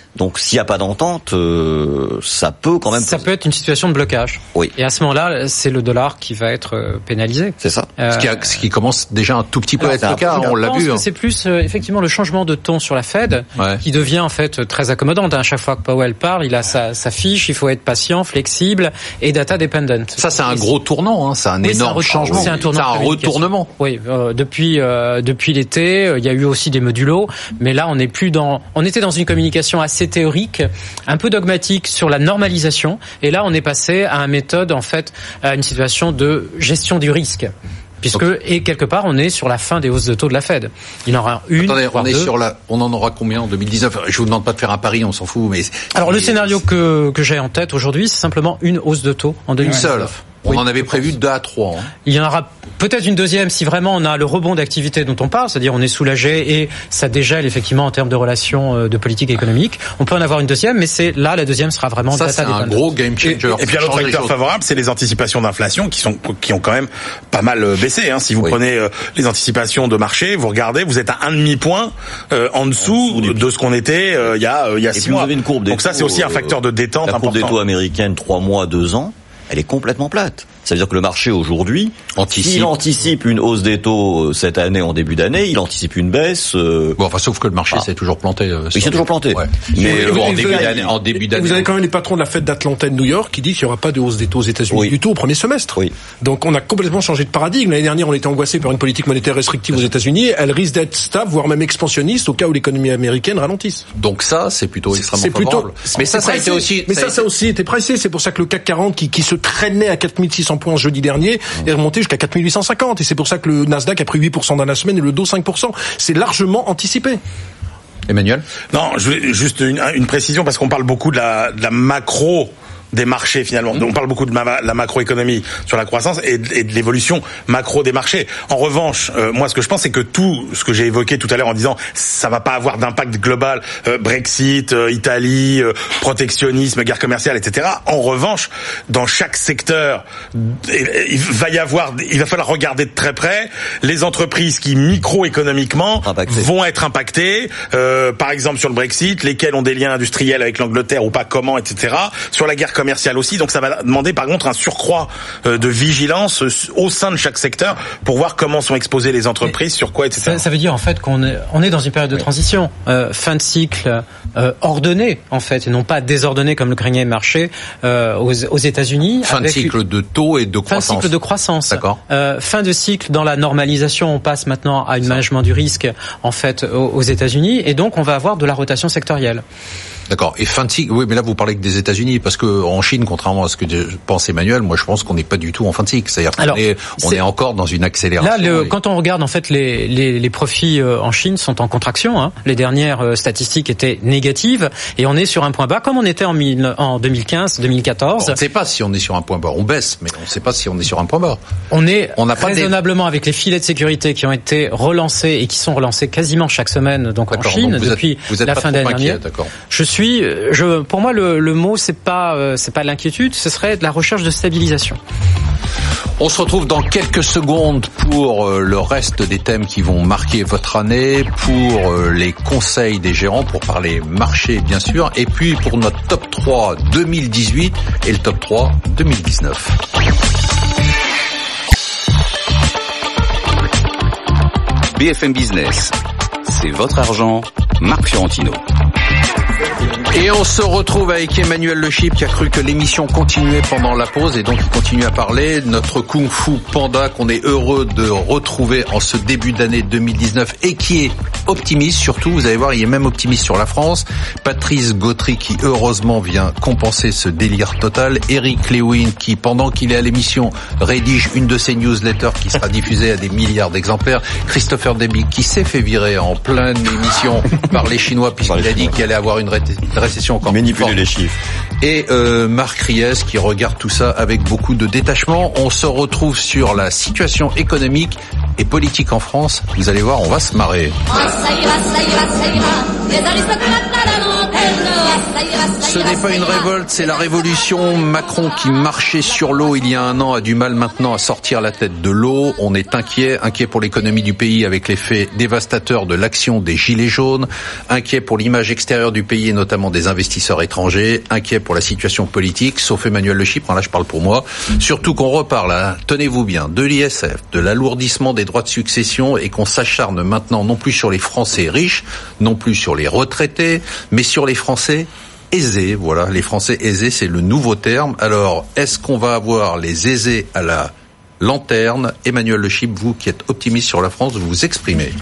Speaker 4: Donc s'il n'y a pas d'entente, euh, ça peut quand même...
Speaker 7: Ça peut être une situation de blocage.
Speaker 4: Oui.
Speaker 7: Et à ce moment-là, c'est le dollar qui va être euh, pénalisé.
Speaker 4: C'est ça.
Speaker 7: Euh,
Speaker 3: ce, qui a, ce qui commence déjà un tout petit peu
Speaker 7: alors,
Speaker 3: à être le cas, on l'a
Speaker 7: Je pense
Speaker 3: vu.
Speaker 7: que
Speaker 3: Hein.
Speaker 7: c'est plus euh, effectivement le changement de ton sur la Fed
Speaker 3: ouais.
Speaker 7: qui devient en fait très accommodante. À chaque fois que Powell parle, il a sa, sa fiche, il faut être patient, flexible et data dependent.
Speaker 3: Ça, c'est un
Speaker 7: et
Speaker 3: gros tournant, hein. C'est un
Speaker 7: oui,
Speaker 3: énorme
Speaker 7: c'est un
Speaker 3: changement.
Speaker 7: C'est un, tournant
Speaker 3: c'est un retournement.
Speaker 7: Oui, euh, depuis euh, depuis l'été, euh, il y a eu aussi des modulos, mais là on n'est plus dans. On était dans une communication assez théorique, un peu dogmatique sur la normalisation, et là on est passé à une méthode en fait, à une situation de gestion du risque. Puisque, okay. et quelque part, on est sur la fin des hausses de taux de la Fed. Il y en aura une.
Speaker 3: Attendez, on est
Speaker 7: deux.
Speaker 3: sur la, on en aura combien en deux mille dix-neuf? Je vous demande pas de faire un pari, on s'en fout, mais.
Speaker 7: Alors,
Speaker 3: mais...
Speaker 7: le scénario que, que j'ai en tête aujourd'hui, c'est simplement une hausse de taux en deux mille dix-neuf.
Speaker 3: Une seule. On oui, en avait prévu deux à trois. Hein.
Speaker 7: Il y en aura peut-être une deuxième si vraiment on a le rebond d'activité dont on parle, c'est-à-dire on est soulagé et ça dégèle effectivement en termes de relations de politique économique. On peut en avoir une deuxième, mais c'est là la deuxième sera vraiment
Speaker 3: ça, c'est un gros game changer.
Speaker 8: Et, et puis un autre facteur favorable, c'est les anticipations d'inflation qui sont qui ont quand même pas mal baissé. Hein. Si vous oui. prenez euh, les anticipations de marché, vous regardez, vous êtes à un demi point euh, en dessous en de ce qu'on était euh, il y a euh, il y a six mois.
Speaker 4: Vous avez une courbe des
Speaker 8: Donc ça, c'est aussi un facteur de détente
Speaker 4: la
Speaker 8: important.
Speaker 4: La courbe des taux américaine trois mois, deux ans. Elle est complètement plate. Ça veut dire que le marché aujourd'hui,
Speaker 3: anticipe.
Speaker 4: s'il anticipe une hausse des taux cette année en début d'année, il anticipe une baisse. Euh...
Speaker 3: Bon, enfin, sauf que le marché
Speaker 4: ah.
Speaker 3: s'est toujours planté. Euh,
Speaker 4: oui, c'est toujours planté.
Speaker 3: Ouais.
Speaker 4: Mais
Speaker 3: bon, en, début
Speaker 6: avez,
Speaker 3: en début d'année,
Speaker 6: vous avez quand même les patrons de la Fed d'Atlanta de New York qui disent qu'il n'y aura pas de hausse des taux aux États-Unis
Speaker 4: oui.
Speaker 6: du tout au premier semestre.
Speaker 4: Oui.
Speaker 6: Donc, on a complètement changé de paradigme. L'année dernière, on était angoissé par une politique monétaire restrictive aux États-Unis. Elle risque d'être stable, voire même expansionniste, au cas où l'économie américaine ralentisse.
Speaker 3: Donc ça, c'est plutôt extrêmement
Speaker 6: c'est plutôt,
Speaker 3: favorable. Mais ça, ça a été aussi.
Speaker 6: Mais ça, ça a aussi été pricé. C'est pour ça que le C A C quarante, qui, qui se traînait à quatre mille six cents points jeudi dernier, est remonté jusqu'à quatre mille huit cent cinquante. Et c'est pour ça que le Nasdaq a pris huit pour cent dans la semaine et le Dow cinq pour cent. C'est largement anticipé.
Speaker 3: Emmanuel?
Speaker 8: Non, je veux juste une, une précision parce qu'on parle beaucoup de la, de la macro des marchés finalement. Mmh. On parle beaucoup de ma, la macroéconomie sur la croissance et de, et de l'évolution macro des marchés. En revanche, euh, moi ce que je pense c'est que tout ce que j'ai évoqué tout à l'heure en disant ça va pas avoir d'impact global, euh, Brexit, euh, Italie, euh, protectionnisme, guerre commerciale, et cetera. En revanche, dans chaque secteur, il va y avoir, il va falloir regarder de très près les entreprises qui microéconomiquement
Speaker 4: impacté.
Speaker 8: vont être impactées. Euh, par exemple sur le Brexit, lesquelles ont des liens industriels avec l'Angleterre ou pas, comment, et cetera. Sur la guerre commercial aussi, donc ça va demander par contre un surcroît de vigilance au sein de chaque secteur pour voir comment sont exposées les entreprises, sur quoi, et cetera.
Speaker 7: Ça, ça veut dire en fait qu'on est, on est dans une période de transition, euh, fin de cycle euh, ordonné en fait, et non pas désordonné comme le craignait le marché euh, aux, aux États-Unis.
Speaker 3: Fin de cycle de taux et de croissance.
Speaker 7: Fin de cycle de croissance.
Speaker 3: D'accord.
Speaker 7: Euh, fin de cycle dans la normalisation, on passe maintenant à un management du risque en fait aux, aux États-Unis, et donc on va avoir de la rotation sectorielle.
Speaker 3: D'accord. Et fin de cycle, oui, mais là vous parlez que des États-Unis, parce que en Chine, contrairement à ce que pense Emmanuel, moi je pense qu'on n'est pas du tout en fin de cycle. C'est-à-dire qu'on est, on est encore dans une accélération.
Speaker 7: Là, le,
Speaker 3: et...
Speaker 7: quand on regarde en fait les, les, les profits en Chine sont en contraction. Hein. Les dernières statistiques étaient négatives et on est sur un point bas comme on était en, mille, en deux mille quinze, deux mille quatorze.
Speaker 3: On ne sait pas si on est sur un point bas. On baisse, mais on ne sait pas si on est sur un point bas.
Speaker 7: On est
Speaker 3: on n'a pas
Speaker 7: raisonnablement des... avec les filets de sécurité qui ont été relancés et qui sont relancés quasiment chaque semaine donc en Chine
Speaker 3: donc vous
Speaker 7: depuis
Speaker 3: êtes, vous êtes
Speaker 7: la fin de l'année dernière. Je suis, je pour moi, le, le mot, c'est pas, euh, c'est pas l'inquiétude, ce serait de la recherche de stabilisation.
Speaker 3: On se retrouve dans quelques secondes pour euh, le reste des thèmes qui vont marquer votre année, pour euh, les conseils des gérants, pour parler marché, bien sûr, et puis pour notre top trois deux mille dix-huit et le top trois deux mille dix-neuf.
Speaker 2: B F M Business, c'est votre argent, Marc Fiorentino.
Speaker 3: Et on se retrouve avec Emmanuel Le Chip qui a cru que l'émission continuait pendant la pause et donc il continue à parler. Notre Kung Fu Panda qu'on est heureux de retrouver en ce début d'année deux mille dix-neuf et qui est optimiste surtout. Vous allez voir, il est même optimiste sur la France. Patrice Gautry qui heureusement vient compenser ce délire total. Eric Lewin qui pendant qu'il est à l'émission rédige une de ses newsletters qui sera diffusée à des milliards d'exemplaires. Christopher Deby qui s'est fait virer en pleine émission par les Chinois puisqu'il a dit qu'il allait avoir une ré- récession encore
Speaker 4: manipuler les chiffres.
Speaker 3: Et euh, Marc Ries qui regarde tout ça avec beaucoup de détachement. On se retrouve sur la situation économique et politique en France. Vous allez voir, on va se marrer.
Speaker 9: Oh, ça ira, ça ira, ça ira. Les aristocrates à la dentelle.
Speaker 3: Ce n'est pas une révolte, c'est la révolution. Macron qui marchait sur l'eau il y a un an a du mal maintenant à sortir la tête de l'eau. On est inquiet, inquiet pour l'économie du pays avec l'effet dévastateur de l'action des gilets jaunes, inquiet pour l'image extérieure du pays et notamment des investisseurs étrangers, inquiet pour la situation politique, sauf Emmanuel Le Chypre, là je parle pour moi. Surtout qu'on reparle, hein, tenez-vous bien, de l'I S F, de l'alourdissement des droits de succession et qu'on s'acharne maintenant non plus sur les Français riches, non plus sur les retraités, mais sur les Français aisés. Voilà, les Français aisés, c'est le nouveau terme. Alors, est-ce qu'on va avoir les aisés à la lanterne? Emmanuel Le Chypre, vous qui êtes optimiste sur la France, vous vous exprimez.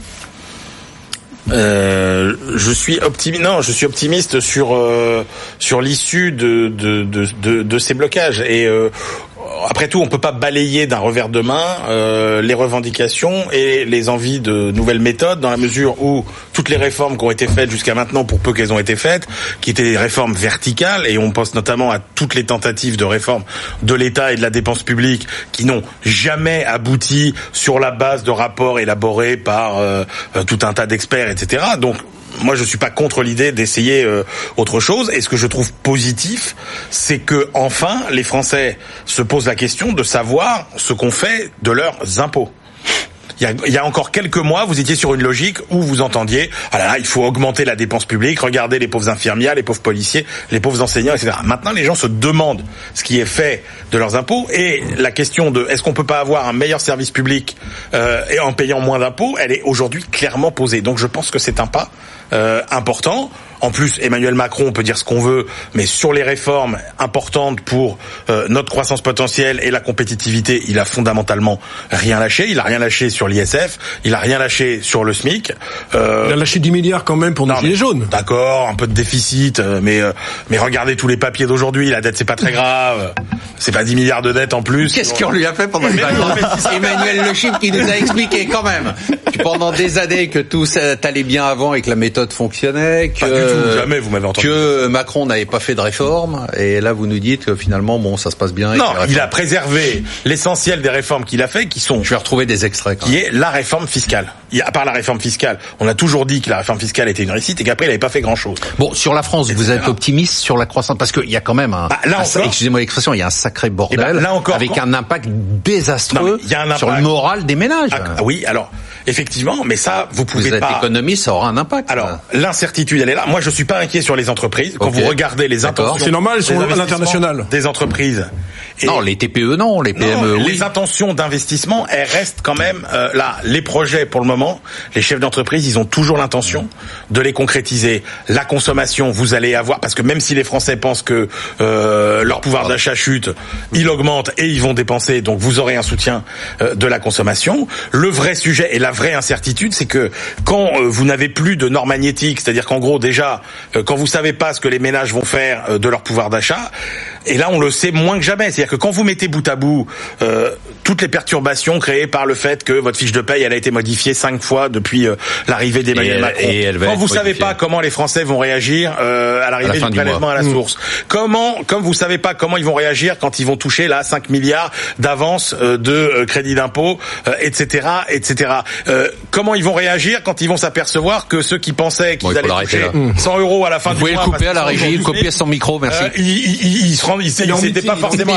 Speaker 8: Euh, je suis optimiste. Non, je suis optimiste sur euh, sur l'issue de de de de, de ces blocages. Et euh, après tout, on peut pas balayer d'un revers de main euh, les revendications et les envies de nouvelles méthodes, dans la mesure où toutes les réformes qui ont été faites jusqu'à maintenant, pour peu qu'elles ont été faites, qui étaient des réformes verticales, et on pense notamment à toutes les tentatives de réforme de l'État et de la dépense publique qui n'ont jamais abouti sur la base de rapports élaborés par euh, tout un tas d'experts, et cetera. Donc moi, je suis pas contre l'idée d'essayer euh, autre chose. Et ce que je trouve positif, c'est que enfin, les Français se posent la question de savoir ce qu'on fait de leurs impôts. Il y, a, il y a encore quelques mois, vous étiez sur une logique où vous entendiez « Ah là là, il faut augmenter la dépense publique, regardez les pauvres infirmières, les pauvres policiers, les pauvres enseignants, et cetera » Maintenant, les gens se demandent ce qui est fait de leurs impôts, et la question de est-ce qu'on peut pas avoir un meilleur service public euh, et en payant moins d'impôts, elle est aujourd'hui clairement posée. Donc je pense que c'est un pas euh, important. En plus, Emmanuel Macron, on peut dire ce qu'on veut, mais sur les réformes importantes pour euh, notre croissance potentielle et la compétitivité, il a fondamentalement rien lâché. Il a rien lâché sur l'I S F, il a rien lâché sur le SMIC. Euh,
Speaker 6: il a lâché dix milliards quand même pour nos gilets jaunes.
Speaker 8: D'accord, un peu de déficit, mais euh, mais regardez tous les papiers d'aujourd'hui. La dette, c'est pas très grave. C'est pas dix milliards de dette en plus.
Speaker 3: Qu'est-ce qu'on lui a fait pendant les vacances? Emmanuel Le Chypre qui nous a expliqué quand même pendant des années que tout ça allait bien avant et que la méthode fonctionnait, que
Speaker 8: pas du tout, jamais vous m'avez entendu.
Speaker 3: Que Macron n'avait pas fait de réforme, et là vous nous dites que finalement bon ça se passe bien.
Speaker 8: Non, il a préservé l'essentiel des réformes qu'il a fait, qui sont.
Speaker 3: Je vais retrouver des extraits. Quand
Speaker 8: qui est la réforme fiscale. Il, à part la réforme fiscale, on a toujours dit que la réforme fiscale était une réussite et qu'après il n'avait pas fait grand chose.
Speaker 3: Bon, sur la France, vous êtes optimiste sur la croissance parce qu'il y a quand même un.
Speaker 8: Bah, là encore,
Speaker 3: un excusez-moi l'expression, il y a un sacré bordel.
Speaker 8: Ben, là encore,
Speaker 3: avec
Speaker 8: quand...
Speaker 3: un impact désastreux
Speaker 8: non, y a un impact.
Speaker 3: sur le moral des ménages.
Speaker 8: Ah, oui, alors. Effectivement, mais ça, vous pouvez
Speaker 3: vous êtes
Speaker 8: pas.
Speaker 3: économiste, ça aura un impact.
Speaker 8: Alors, l'incertitude, elle est là. Moi, je suis pas inquiet sur les entreprises. Quand okay. vous regardez les intentions,
Speaker 6: c'est normal, elles sont à l'international.
Speaker 8: Des entreprises.
Speaker 3: Et non, les T P E non, les P M E
Speaker 8: non,
Speaker 3: oui.
Speaker 8: Les intentions d'investissement, elles restent quand même euh, là. Les projets, pour le moment, les chefs d'entreprise, ils ont toujours l'intention de les concrétiser. La consommation, vous allez avoir, parce que même si les Français pensent que euh, leur pouvoir d'achat chute, il augmente et ils vont dépenser, donc vous aurez un soutien euh, de la consommation. Le vrai sujet et la vraie incertitude, c'est que quand euh, vous n'avez plus de normes magnétiques, c'est-à-dire qu'en gros déjà, euh, quand vous savez pas ce que les ménages vont faire euh, de leur pouvoir d'achat, et là on le sait moins que jamais, c'est-à-dire que quand vous mettez bout à bout euh, toutes les perturbations créées par le fait que votre fiche de paye elle a été modifiée cinq fois depuis euh, l'arrivée d'Emmanuel Macron,
Speaker 3: et elle
Speaker 8: quand vous
Speaker 3: modifiée.
Speaker 8: savez pas comment les Français vont réagir euh, à l'arrivée du prélèvement à la source, mmh. comment, comme vous savez pas comment ils vont réagir quand ils vont toucher là cinq milliards d'avance euh, de euh, crédit d'impôt, euh, et cetera, et cetera. Euh, comment ils vont réagir quand ils vont s'apercevoir que ceux qui pensaient qu'ils bon, allaient toucher cent euros à la fin
Speaker 3: vous
Speaker 8: du mois,
Speaker 3: vous pouvez le couper à la régie, copier son micro, merci.
Speaker 8: Euh, il, il, il se rend, il, il, c'était pas forcément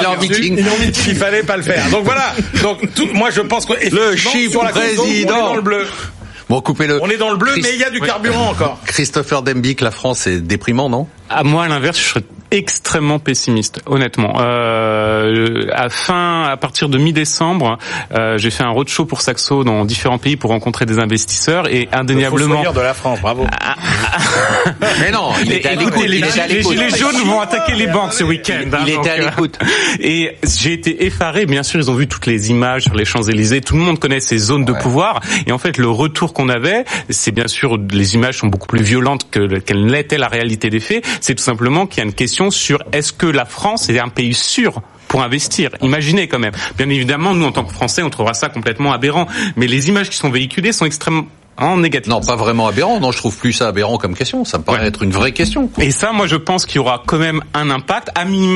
Speaker 8: il fallait pas le faire. Donc voilà. Donc tout, moi je pense que
Speaker 3: le chiffre
Speaker 8: sur la
Speaker 3: président,
Speaker 8: on est dans le bleu.
Speaker 3: Bon, coupez-le.
Speaker 8: On est dans le bleu, Christ... mais il y a du carburant oui. encore.
Speaker 3: Christopher Dembick, la France est déprimant, non?
Speaker 5: À moi, à l'inverse, je serais extrêmement pessimiste, honnêtement. Euh, à fin, à partir de mi-décembre, euh, j'ai fait un roadshow pour Saxo dans différents pays pour rencontrer des investisseurs et indéniablement.
Speaker 8: Le de la France, bravo.
Speaker 3: Mais non, il était à l'écoute.
Speaker 5: Les, les, les gilets jaunes vont attaquer les banques ce week-end.
Speaker 3: Il, hein, il était à l'écoute.
Speaker 5: Et j'ai été effaré. Bien sûr, ils ont vu toutes les images sur les Champs-Élysées. Tout le monde connaît ces zones de ouais. pouvoir. Et en fait, le retour qu'on avait, c'est bien sûr les images sont beaucoup plus violentes que qu'elle l'était la réalité des faits. C'est tout simplement qu'il y a une question sur est-ce que la France est un pays sûr pour investir. Imaginez quand même. Bien évidemment, nous en tant que Français, on trouvera ça complètement aberrant. Mais les images qui sont véhiculées sont extrêmement en négatif.
Speaker 3: Non, pas vraiment aberrant. Non, je trouve plus ça aberrant comme question. Ça me paraît ouais. être une vraie question.
Speaker 5: Et ça, moi, je pense qu'il y aura quand même un impact. À minima,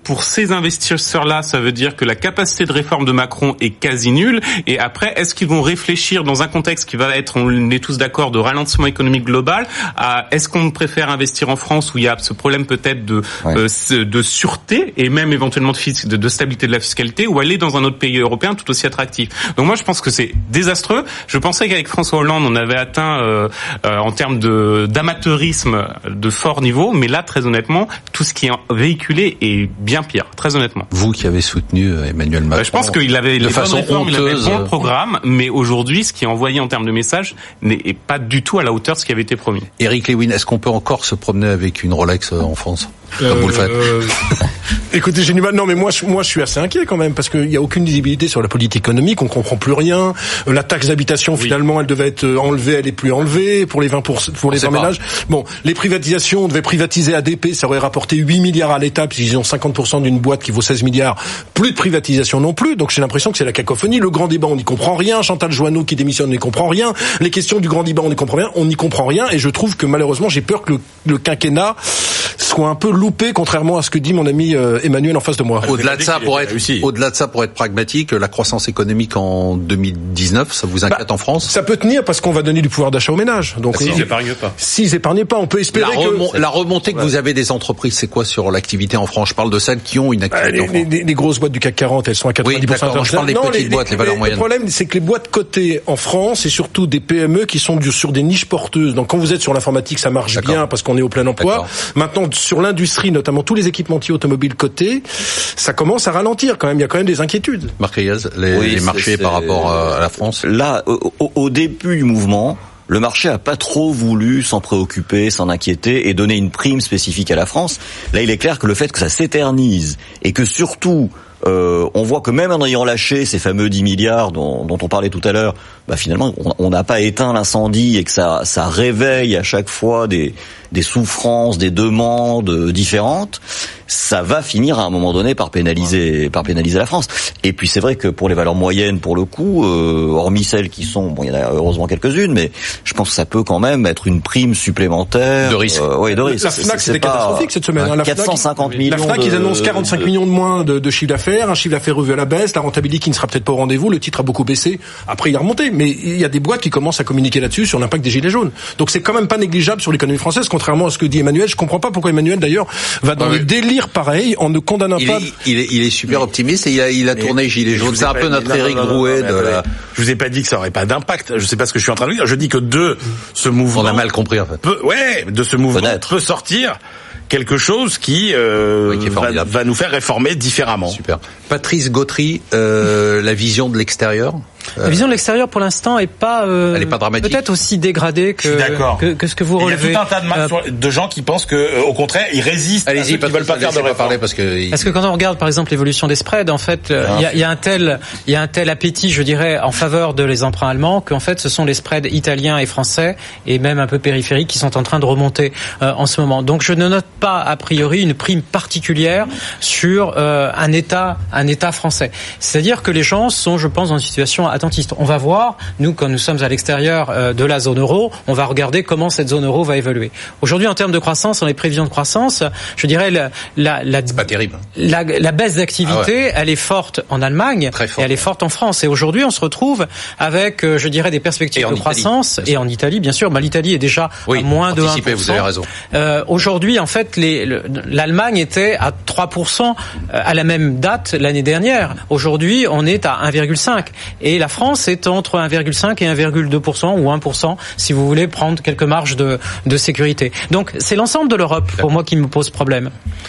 Speaker 5: pour ces investisseurs-là, ça veut dire que la capacité de réforme de Macron est quasi nulle. Et après, est-ce qu'ils vont réfléchir dans un contexte qui va être, on est tous d'accord, de ralentissement économique global, à est-ce qu'on préfère investir en France où il y a ce problème peut-être de ouais. euh, de sûreté et même éventuellement de, fis- de, de stabilité de la fiscalité, ou aller dans un autre pays européen tout aussi attractif. Donc moi, je pense que c'est désastreux. Je pensais qu'avec François Hollande, on avait atteint euh, euh, en termes de d'amateurisme de fort niveau, mais là, très honnêtement, tout ce qui est véhiculé est bien pire, très honnêtement.
Speaker 3: Vous qui avez soutenu Emmanuel Macron,
Speaker 5: je pense qu'il avait
Speaker 3: de
Speaker 5: les
Speaker 3: façon
Speaker 5: réformes,
Speaker 3: honteuse,
Speaker 5: il avait le bon programme, mais aujourd'hui, ce qui est envoyé en termes de message n'est pas du tout à la hauteur de ce qui avait été promis.
Speaker 3: Éric Lewin, est-ce qu'on peut encore se promener avec une Rolex en France, comme
Speaker 6: euh,
Speaker 3: vous le faites?
Speaker 6: euh, Écoutez, j'ai du mal. Non, mais moi, je, moi, je suis assez inquiet quand même parce qu'il y a aucune visibilité sur la politique économique. On comprend plus rien. La taxe d'habitation, oui. finalement, elle devait être enlevée, elle est plus enlevée pour les vingt pour cent, pour les vingt ménages. Bon, les privatisations, on devait privatiser A D P, ça aurait rapporté huit milliards à l'État puisqu'ils ont cinquante pour cent d'une boîte qui vaut seize milliards. Plus de privatisation non plus. Donc j'ai l'impression que c'est la cacophonie. Le grand débat, on n'y comprend rien. Chantal Joanneau qui démissionne, on n'y comprend rien. Les questions du grand débat, on n'y comprend rien. On n'y comprend rien. Et je trouve que malheureusement, j'ai peur que le, le quinquennat soit un peu loupé, contrairement à ce que dit mon ami euh, Emmanuel en face de moi.
Speaker 3: Au-delà de ça, pour être, au-delà de ça, pour être pragmatique, la croissance économique en deux mille dix-neuf, ça vous inquiète bah, en France?
Speaker 6: Ça peut tenir parce qu'on va donner du pouvoir d'achat aux ménages. Donc,
Speaker 5: s'ils n'épargnent pas.
Speaker 6: S'ils n'épargnent pas, on peut espérer
Speaker 3: la remont-
Speaker 6: que...
Speaker 3: La remontée que ouais. vous avez des entreprises, c'est quoi sur l'activité en France? Je parle de celles qui ont une activité
Speaker 6: bah,
Speaker 3: en France.
Speaker 6: Les, les, les grosses boîtes du C A C quarante, elles sont à quatre-vingt-dix pour cent.
Speaker 3: Oui, d'accord, je parle des
Speaker 6: non,
Speaker 3: petites
Speaker 6: les,
Speaker 3: boîtes, les, les valeurs
Speaker 6: les,
Speaker 3: moyennes.
Speaker 6: Le problème, c'est que les boîtes cotées en France, c'est surtout des P M E qui sont du, sur des niches porteuses. Donc quand vous êtes sur l'informatique, ça marche d'accord. bien parce qu'on est au plein emploi. D'accord. Maintenant, sur l'industrie, notamment tous les équipementiers automobiles cotés, ça commence à ralentir quand même. Il y a quand même des inquiétudes.
Speaker 3: Marc Reyes, les, oui, les marchés c'est, par rapport à la France.
Speaker 4: Là, au, au début du mouvement, le marché a pas trop voulu s'en préoccuper, s'en inquiéter et donner une prime spécifique à la France. Là, il est clair que le fait que ça s'éternise et que surtout Euh, on voit que même en ayant lâché ces fameux dix milliards dont, dont on parlait tout à l'heure, bah finalement on n'a pas éteint l'incendie et que ça, ça réveille à chaque fois des, des souffrances, des demandes différentes, ça va finir à un moment donné par pénaliser, par pénaliser la France. Et puis c'est vrai que pour les valeurs moyennes, pour le coup, euh, hormis celles qui sont, bon, il y en a heureusement quelques-unes, mais je pense que ça peut quand même être une prime supplémentaire
Speaker 3: de risque.
Speaker 4: Euh, ouais, de risque.
Speaker 6: La Fnac, c'était catastrophique cette semaine.
Speaker 4: Hein,
Speaker 6: la
Speaker 4: quatre cent cinquante millions.
Speaker 6: La Fnac,
Speaker 4: de,
Speaker 6: ils annoncent quarante-cinq de, millions de moins de, de chiffre d'affaires. Un chiffre d'affaires revu à la baisse, la rentabilité qui ne sera peut-être pas au rendez-vous, le titre a beaucoup baissé, après il a remonté, mais il y a des boîtes qui commencent à communiquer là-dessus sur l'impact des gilets jaunes. Donc c'est quand même pas négligeable sur l'économie française, contrairement à ce que dit Emmanuel. Je comprends pas pourquoi Emmanuel d'ailleurs va dans ouais, des délires pareils en ne condamnant
Speaker 3: il
Speaker 6: pas...
Speaker 3: Est, il, est, il est super optimiste et il a, il a tourné gilets jaunes. C'est un peu notre Éric Drouet de la...
Speaker 8: Je vous ai pas dit que ça aurait pas d'impact, je sais pas ce que je suis en train de dire, je dis que de ce mouvement...
Speaker 3: On a mal compris en fait.
Speaker 8: Peut, ouais, de ce mouvement Peut-être. peut sortir quelque chose qui, euh, oui, qui va, va nous faire réformer différemment.
Speaker 3: Super. Patrice Gautry, euh, la vision de l'extérieur.
Speaker 7: La vision de l'extérieur, pour l'instant, est pas, euh,
Speaker 3: elle est pas dramatique.
Speaker 7: Peut-être aussi dégradée que, que, que ce que vous relevez.
Speaker 8: Il y a tout un tas de, euh, de gens qui pensent que, euh, au contraire, ils résistent.
Speaker 3: Allez-y,
Speaker 8: à ceux qui veulent pas faire de réforme.
Speaker 3: Parce que,
Speaker 7: parce que quand on regarde, par exemple, l'évolution des spreads, en fait, il ah, y, a, y a un tel, il y a un tel appétit, je dirais, en faveur de les emprunts allemands, qu'en fait, ce sont les spreads italiens et français, et même un peu périphériques, qui sont en train de remonter euh, en ce moment. Donc, je ne note pas a priori une prime particulière sur euh, un État, un État français. C'est-à-dire que les gens sont, je pense, dans une situation attentiste. On va voir. Nous, quand nous sommes à l'extérieur euh, de la zone euro, on va regarder comment cette zone euro va évoluer. Aujourd'hui, en termes de croissance, dans les prévisions de croissance, je dirais la, la, la,
Speaker 3: c'est pas terrible.
Speaker 7: La, la baisse d'activité, ah ouais. elle est forte en Allemagne et elle est forte en France. Et aujourd'hui, on se retrouve avec, euh, je dirais, des perspectives de croissance Italie, et en Italie, bien sûr. Bah, l'Italie est déjà
Speaker 3: oui,
Speaker 7: à moins de un pour cent.
Speaker 3: Vous avez raison.
Speaker 7: Euh, aujourd'hui, en fait, les, le, l'Allemagne était à trois pour cent à la même date l'année dernière. Aujourd'hui, on est à un virgule cinq et la France est entre un virgule cinq et un virgule deux pour cent ou un pour cent si vous voulez prendre quelques marges de, de sécurité. Donc c'est l'ensemble de l'Europe pour moi qui me pose problème.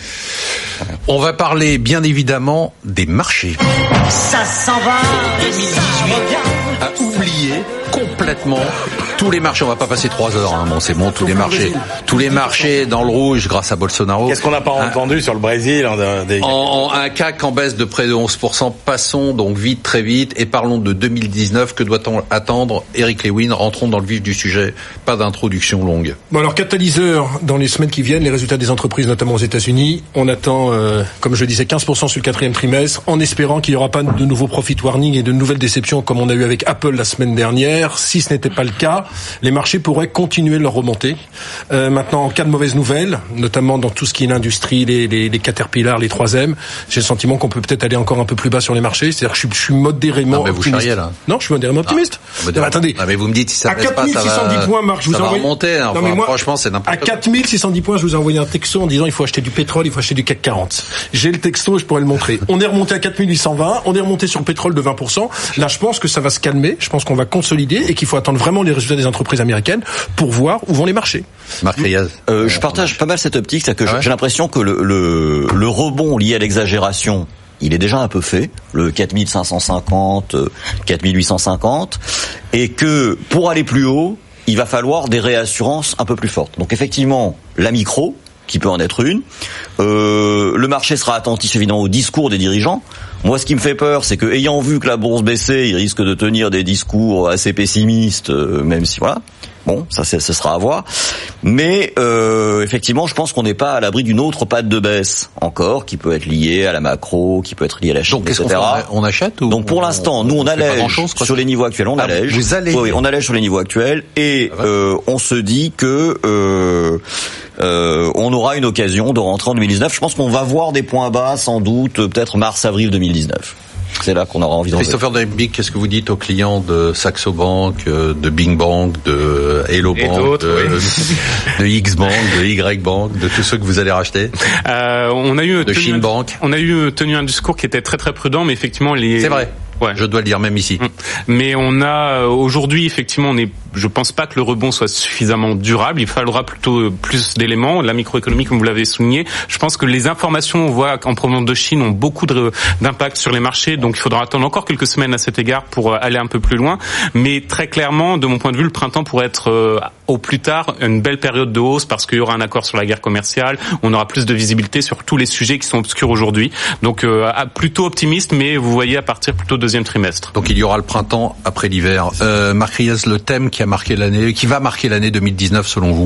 Speaker 3: On va parler bien évidemment des marchés.
Speaker 9: Ça s'en va, deux mille dix-huit
Speaker 3: à oublier complètement tous les marchés. On va pas passer trois heures. Hein. Bon, c'est bon, tous les marchés, tous les marchés dans le rouge grâce à Bolsonaro.
Speaker 8: Qu'est-ce qu'on n'a pas un, entendu sur le Brésil hein, des...
Speaker 3: en, en un C A C en baisse de près de onze pour cent. Passons donc vite, très vite, et parlons de deux mille dix-neuf. Que doit-on attendre? Éric Lewin, rentrons dans le vif du sujet. Pas d'introduction longue.
Speaker 6: Bon alors, catalyseur dans les semaines qui viennent, les résultats des entreprises, notamment aux États-Unis. On attend, euh, comme je le disais, quinze pour cent sur le quatrième trimestre, en espérant qu'il n'y aura pas de nouveaux profit warning et de nouvelles déceptions comme on a eu avec Apple la semaine dernière. Si ce n'était pas le cas, les marchés pourraient continuer leur remontée. Euh, maintenant, en cas de mauvaises nouvelles, notamment dans tout ce qui est l'industrie, les, les, les Caterpillar, les trois M, j'ai le sentiment qu'on peut peut-être aller encore un peu plus bas sur les marchés. C'est-à-dire que je suis, je suis modérément
Speaker 3: non, mais vous
Speaker 6: optimiste.
Speaker 3: charriez, là.
Speaker 6: Non, je suis modérément optimiste.
Speaker 3: Ah,
Speaker 6: non, attendez.
Speaker 3: Ah, mais vous me dites si ça
Speaker 6: à
Speaker 3: baisse pas, ça va,
Speaker 6: quatre mille six cent dix points, Marc, je vous
Speaker 3: ça va
Speaker 6: envoie...
Speaker 3: remonter. Enfin,
Speaker 6: non, mais moi,
Speaker 3: franchement, c'est n'importe
Speaker 6: à
Speaker 3: quoi.
Speaker 6: quatre mille six cent dix points, je vous ai envoyé un texto en disant il faut acheter du pétrole, il faut acheter du C A C quarante. J'ai le texto, je pourrais le montrer. On est remonté à quatre mille huit cent vingt, on est remonté sur le pétrole de vingt pour cent. Là, je pense que ça va se calmer, je pense qu'on va consolider et qu'il faut attendre vraiment les résultats des entreprises américaines pour voir où vont les marchés.
Speaker 3: Marc Riaz.
Speaker 4: Euh, je partage pas mal cette optique, c'est que
Speaker 3: ah ouais
Speaker 4: j'ai l'impression que le, le, le rebond lié à l'exagération, il est déjà un peu fait, le quatre mille cinq cent cinquante, quatre mille huit cent cinquante, et que pour aller plus haut, il va falloir des réassurances un peu plus fortes. Donc effectivement, la micro, qui peut en être une, euh, le marché sera attentif évidemment au discours des dirigeants. Moi, ce qui me fait peur, c'est que, ayant vu que la bourse baissait, il risque de tenir des discours assez pessimistes, euh, même si voilà. Bon, ça, c'est, ce sera à voir. Mais euh, effectivement, je pense qu'on n'est pas à l'abri d'une autre patte de baisse encore, qui peut être liée à la macro, qui peut être liée à la Chine,
Speaker 3: Donc, qu'est-ce
Speaker 4: et cetera.
Speaker 3: qu'on fait ? On achète ou
Speaker 4: Donc pour l'instant, nous on allège sur les niveaux actuels, on
Speaker 3: ah,
Speaker 4: allège.
Speaker 3: Vous allez.
Speaker 4: Oui, on allège sur les niveaux actuels et
Speaker 3: ah,
Speaker 4: euh, on se dit que euh, euh, on aura une occasion de rentrer en deux mille dix-neuf. Je pense qu'on va voir des points bas, sans doute, peut-être mars-avril deux mille dix-neuf. C'est là qu'on aura envie de revenir.
Speaker 3: Christopher Dembick, qu'est-ce que vous dites aux clients de Saxo Bank, de Bing Bank, de Hello
Speaker 5: Et
Speaker 3: Bank, de,
Speaker 5: oui.
Speaker 3: de X Bank, de Y Bank, de tous ceux que vous allez racheter?
Speaker 5: Euh, on a eu
Speaker 3: de Shin Bank.
Speaker 5: On a eu tenu un discours qui était très très prudent, mais effectivement les.
Speaker 3: C'est vrai. Ouais. Je dois le dire même ici.
Speaker 5: Mais on a aujourd'hui effectivement, on est, je pense pas que le rebond soit suffisamment durable. Il faudra plutôt plus d'éléments. La microéconomie, comme vous l'avez souligné, je pense que les informations on voit en provenance de Chine ont beaucoup de, d'impact sur les marchés. Donc il faudra attendre encore quelques semaines à cet égard pour aller un peu plus loin. Mais très clairement, de mon point de vue, le printemps pourrait être euh, au plus tard une belle période de hausse parce qu'il y aura un accord sur la guerre commerciale. On aura plus de visibilité sur tous les sujets qui sont obscurs aujourd'hui. Donc euh, plutôt optimiste, mais vous voyez à partir plutôt deuxième trimestre.
Speaker 3: Donc il y aura le printemps après l'hiver. Euh, Marc Riaz, le thème qui a marqué l'année, qui va marquer l'année deux mille dix-neuf selon vous?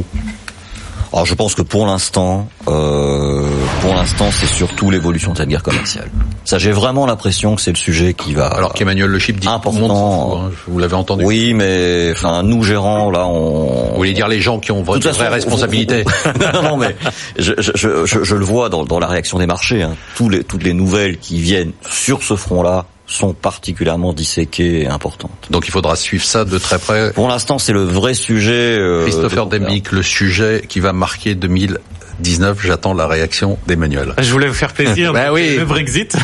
Speaker 4: Alors je pense que pour l'instant, euh, pour l'instant, c'est surtout l'évolution de cette guerre commerciale. Ça, j'ai vraiment l'impression que c'est le sujet qui va.
Speaker 3: Alors qu'Emmanuel Le Chip dit
Speaker 4: important.
Speaker 3: Hein, vous l'avez entendu.
Speaker 4: Oui, mais enfin nous gérants là, on.
Speaker 3: Vous voulez dire les gens qui ont votre vraie responsabilité.
Speaker 4: non, non, mais je, je, je, je, je le vois dans, dans la réaction des marchés. Hein. Tous les, toutes les nouvelles qui viennent sur ce front-là sont particulièrement disséquées et importantes.
Speaker 3: Donc il faudra suivre ça de très près.
Speaker 4: Pour l'instant, c'est le vrai sujet. Euh,
Speaker 3: Christopher
Speaker 4: de...
Speaker 3: Dembick, le sujet qui va marquer deux mille dix-neuf, j'attends la réaction d'Emmanuel.
Speaker 5: Je voulais vous faire plaisir.
Speaker 3: bah oui.
Speaker 5: Le Brexit.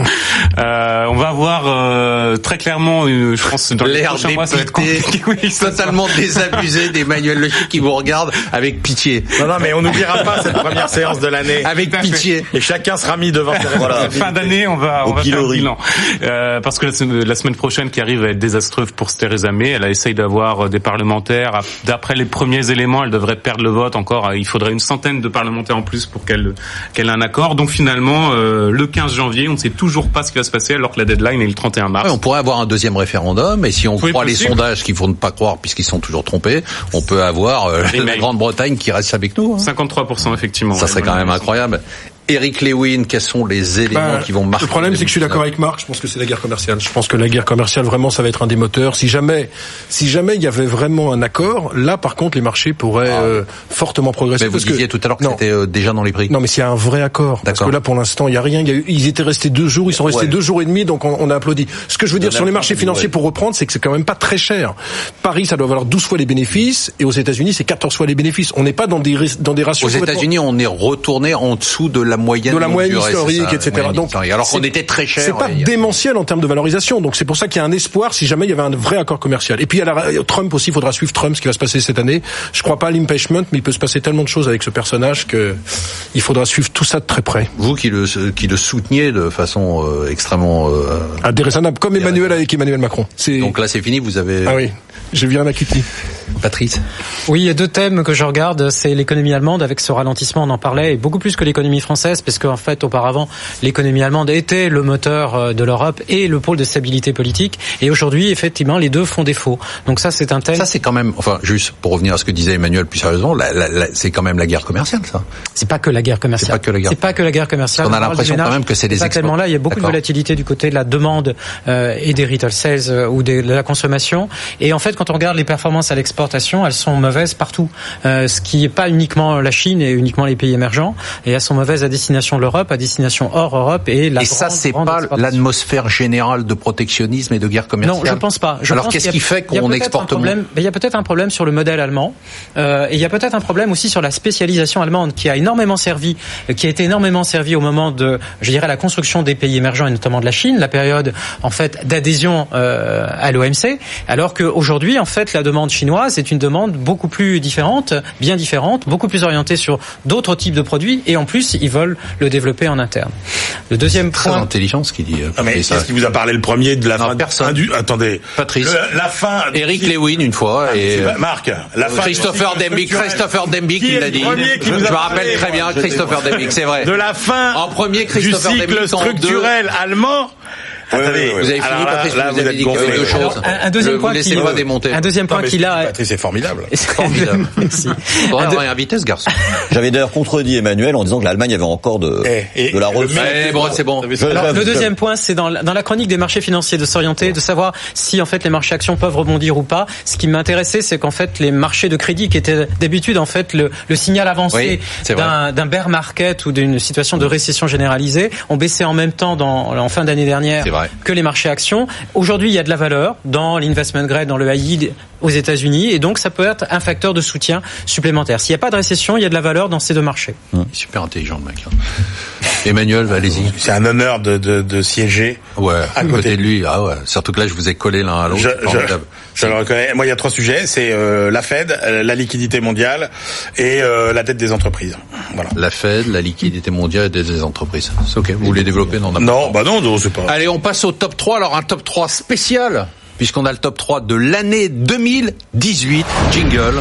Speaker 5: euh, on va avoir euh, très clairement, euh, je pense, dans les prochains mois, ça va être compliqué. Oui,
Speaker 3: totalement désabusé d'Emmanuel Le Chip qui vous regarde avec pitié.
Speaker 8: Non, non, mais on n'oubliera pas cette première séance de l'année.
Speaker 3: Avec pitié.
Speaker 8: Et chacun sera mis devant ses
Speaker 4: voilà.
Speaker 5: Fin d'année, on va, on va faire le bilan. Euh, parce que la, la semaine prochaine qui arrive va être désastreuse pour Theresa May. Elle essaye d'avoir des parlementaires. D'après les premiers éléments, elle devrait perdre le vote encore. Il faudrait une centaine de parlementaires en plus pour qu'elle qu'elle ait un accord. Donc finalement, euh, le quinze janvier, on ne sait toujours pas ce qui va se passer alors que la deadline est le trente et un mars.
Speaker 3: Ouais, on pourrait avoir un deuxième référendum et si on croit les sondages qu'il faut ne pas croire puisqu'ils sont toujours trompés, on peut avoir euh, la Grande-Bretagne qui reste avec nous. Hein.
Speaker 5: cinquante-trois pour cent effectivement.
Speaker 3: Ça
Speaker 5: ouais,
Speaker 3: serait quand même incroyable. Eric Lewin, quels sont les éléments
Speaker 6: bah,
Speaker 3: qui vont marquer?
Speaker 6: Le problème, c'est que je suis d'accord avec Marc. Je pense que c'est la guerre commerciale. Je pense que la guerre commerciale, vraiment, ça va être un des moteurs. Si jamais, si jamais il y avait vraiment un accord, là, par contre, les marchés pourraient ah. euh, fortement progresser.
Speaker 3: Mais vous
Speaker 6: parce
Speaker 3: disiez
Speaker 6: que,
Speaker 3: tout à l'heure que c'était euh, déjà dans les prix.
Speaker 6: Non, mais s'il y a un vrai accord. Parce que là, pour l'instant, il y a rien. Il y a eu, ils étaient restés deux jours. Ils sont restés ouais. deux jours et demi. Donc, on, on a applaudi. Ce que je veux dire sur les marchés financiers, ouais. pour reprendre, c'est que c'est quand même pas très cher. Paris, ça doit valoir douze fois les bénéfices, et aux États-Unis, c'est quatorze fois les bénéfices. On n'est pas dans des dans des ratios.
Speaker 3: Aux États-Unis, on est retourné en dessous de la moyenne.
Speaker 6: De la moyenne historique,
Speaker 3: ça,
Speaker 6: et cetera. Donc,
Speaker 3: alors qu'on était très cher.
Speaker 6: C'est pas
Speaker 3: ouais,
Speaker 6: démentiel en termes de valorisation. Donc c'est pour ça qu'il y a un espoir si jamais il y avait un vrai accord commercial. Et puis il y a la, Trump aussi, il faudra suivre Trump, ce qui va se passer cette année. Je crois pas à l'impeachment, mais il peut se passer tellement de choses avec ce personnage que il faudra suivre tout ça de très près.
Speaker 3: Vous qui le qui le souteniez de façon euh, extrêmement euh,
Speaker 6: ah, déraisonnable, comme Emmanuel avec Emmanuel Macron. C'est...
Speaker 3: Donc là c'est fini, vous avez.
Speaker 6: Ah oui. J'ai vu un acquitté.
Speaker 3: Patrice.
Speaker 7: Oui, il y a deux thèmes que je regarde, c'est l'économie allemande avec ce ralentissement, on en parlait, et beaucoup plus que l'économie française, parce qu'en fait, auparavant, l'économie allemande était le moteur de l'Europe et le pôle de stabilité politique, et aujourd'hui, effectivement, les deux font défaut. Donc ça, c'est un thème.
Speaker 3: Ça, c'est quand même, enfin, juste pour revenir à ce que disait Emmanuel plus sérieusement, la, la, la, c'est quand même la guerre commerciale, ça.
Speaker 7: C'est pas que la guerre commerciale.
Speaker 3: C'est pas que la guerre.
Speaker 7: C'est pas que la guerre commerciale.
Speaker 3: On a l'impression quand même que c'est des
Speaker 7: exportations. Là, il y a beaucoup D'accord. de volatilité du côté de la demande euh, et des retail sales euh, ou de, de la consommation. Et en fait, quand on regarde les performances à l'export, exportations, elles sont mauvaises partout. Euh, ce qui n'est pas uniquement la Chine et uniquement les pays émergents, et elles sont mauvaises à destination de l'Europe, à destination hors Europe et la
Speaker 3: Et
Speaker 7: grande,
Speaker 3: ça, c'est
Speaker 7: grande
Speaker 3: pas
Speaker 7: exportation.
Speaker 3: l'atmosphère générale de protectionnisme et de guerre commerciale.
Speaker 7: Non, je pense pas. Je
Speaker 3: Alors
Speaker 7: pense
Speaker 3: qu'est-ce
Speaker 7: qu'il y a-
Speaker 3: qui fait
Speaker 7: il y a
Speaker 3: qu'on
Speaker 7: peut-être
Speaker 3: exporte
Speaker 7: un problème,
Speaker 3: moins?
Speaker 7: ben, il y a peut-être un problème sur le modèle allemand, euh, et il y a peut-être un problème aussi sur la spécialisation allemande qui a énormément servi, euh, qui a été énormément servi au moment de, je dirais, la construction des pays émergents et notamment de la Chine, la période en fait d'adhésion euh, à l'O M C, alors qu'aujourd'hui en fait la demande chinoise est une demande beaucoup plus différente, bien différente, beaucoup plus orientée sur d'autres types de produits, et en plus ils veulent le développer en interne. Le deuxième
Speaker 3: Très
Speaker 7: point.
Speaker 3: intelligent ce qu'il dit.
Speaker 8: Ah, mais
Speaker 3: ça.
Speaker 8: qu'est-ce qui vous a parlé le premier de la
Speaker 3: Non,
Speaker 8: fin
Speaker 3: personne.
Speaker 8: du Attendez.
Speaker 3: Patrice.
Speaker 8: Le- la fin.
Speaker 3: Eric Lewin une fois et
Speaker 8: C'est pas- Marc. La fin.
Speaker 3: Christopher
Speaker 8: du-
Speaker 3: Dembick, Christopher Dembick
Speaker 8: Qui
Speaker 3: qui
Speaker 8: est
Speaker 3: l'a
Speaker 8: le
Speaker 3: dit.
Speaker 8: premier qui
Speaker 3: Je
Speaker 8: vous a
Speaker 3: me
Speaker 8: parlé
Speaker 3: rappelle très bien Christopher Dembick, c'est vrai.
Speaker 8: De la fin.
Speaker 3: En premier,
Speaker 8: du
Speaker 3: Christopher
Speaker 8: cycle
Speaker 3: Dembick, en deux.
Speaker 8: structurel allemand. Attendez,
Speaker 3: Vous avez fini,
Speaker 8: alors là,
Speaker 3: Patrice,
Speaker 8: là,
Speaker 3: vous
Speaker 8: vous
Speaker 3: avez
Speaker 8: êtes
Speaker 3: dit qu'il y avait
Speaker 8: gonflé.
Speaker 3: deux choses.
Speaker 7: Alors, un, un deuxième
Speaker 3: Je
Speaker 7: point
Speaker 3: vous laissez
Speaker 7: qui,
Speaker 3: pas démonter.
Speaker 7: un deuxième point
Speaker 8: Non, mais
Speaker 7: qu'il a.
Speaker 8: Patrice, c'est formidable.
Speaker 3: Formidable.
Speaker 7: Merci.
Speaker 3: Faudrait
Speaker 7: Un deux-
Speaker 3: réinviter ce garçon.
Speaker 4: J'avais d'ailleurs contredit Emmanuel en disant que l'Allemagne avait encore de,
Speaker 8: Eh, et
Speaker 4: de la
Speaker 8: le
Speaker 4: ressource.
Speaker 8: mec-
Speaker 3: Eh, bon, c'est bon.
Speaker 4: Je-
Speaker 7: Alors,
Speaker 4: je-
Speaker 7: le
Speaker 4: je-
Speaker 7: deuxième point, c'est dans la, dans la chronique des marchés financiers de s'orienter, de savoir si en fait les marchés actions peuvent rebondir ou pas. Ce qui m'intéressait, c'est qu'en fait les marchés de crédit, qui étaient d'habitude en fait le, le signal avancé
Speaker 3: Oui, c'est vrai.
Speaker 7: d'un, d'un bear market ou d'une situation de récession généralisée, ont baissé en même temps dans, en fin d'année dernière
Speaker 3: C'est vrai.
Speaker 7: que les marchés actions. Aujourd'hui, il y a de la valeur dans l'investment grade, dans le high yield aux États-Unis, et donc ça peut être un facteur de soutien supplémentaire. S'il n'y a pas de récession, il y a de la valeur dans ces deux marchés.
Speaker 3: Super intelligent le mec. hein. Emmanuel, allez-y.
Speaker 8: C'est un honneur de, de, de siéger.
Speaker 3: Ouais,
Speaker 8: À
Speaker 3: à
Speaker 8: côté.
Speaker 3: côté de lui. Ah ouais. Surtout que là, je vous ai collé l'un à l'autre.
Speaker 8: Je,
Speaker 3: c'est
Speaker 8: je,
Speaker 3: formidable.
Speaker 8: je le reconnais. Moi, il y a trois sujets. C'est euh, la Fed, euh, la liquidité mondiale et euh, la dette des entreprises. Voilà.
Speaker 3: La Fed, la liquidité mondiale et des entreprises. C'est ok. Vous voulez développer? Non, on a pas
Speaker 8: Non,
Speaker 3: le temps.
Speaker 8: bah non, non, c'est pas.
Speaker 3: Allez, on passe au top trois. Alors, un top trois spécial, puisqu'on a le top trois de l'année deux mille dix-huit. Jingle.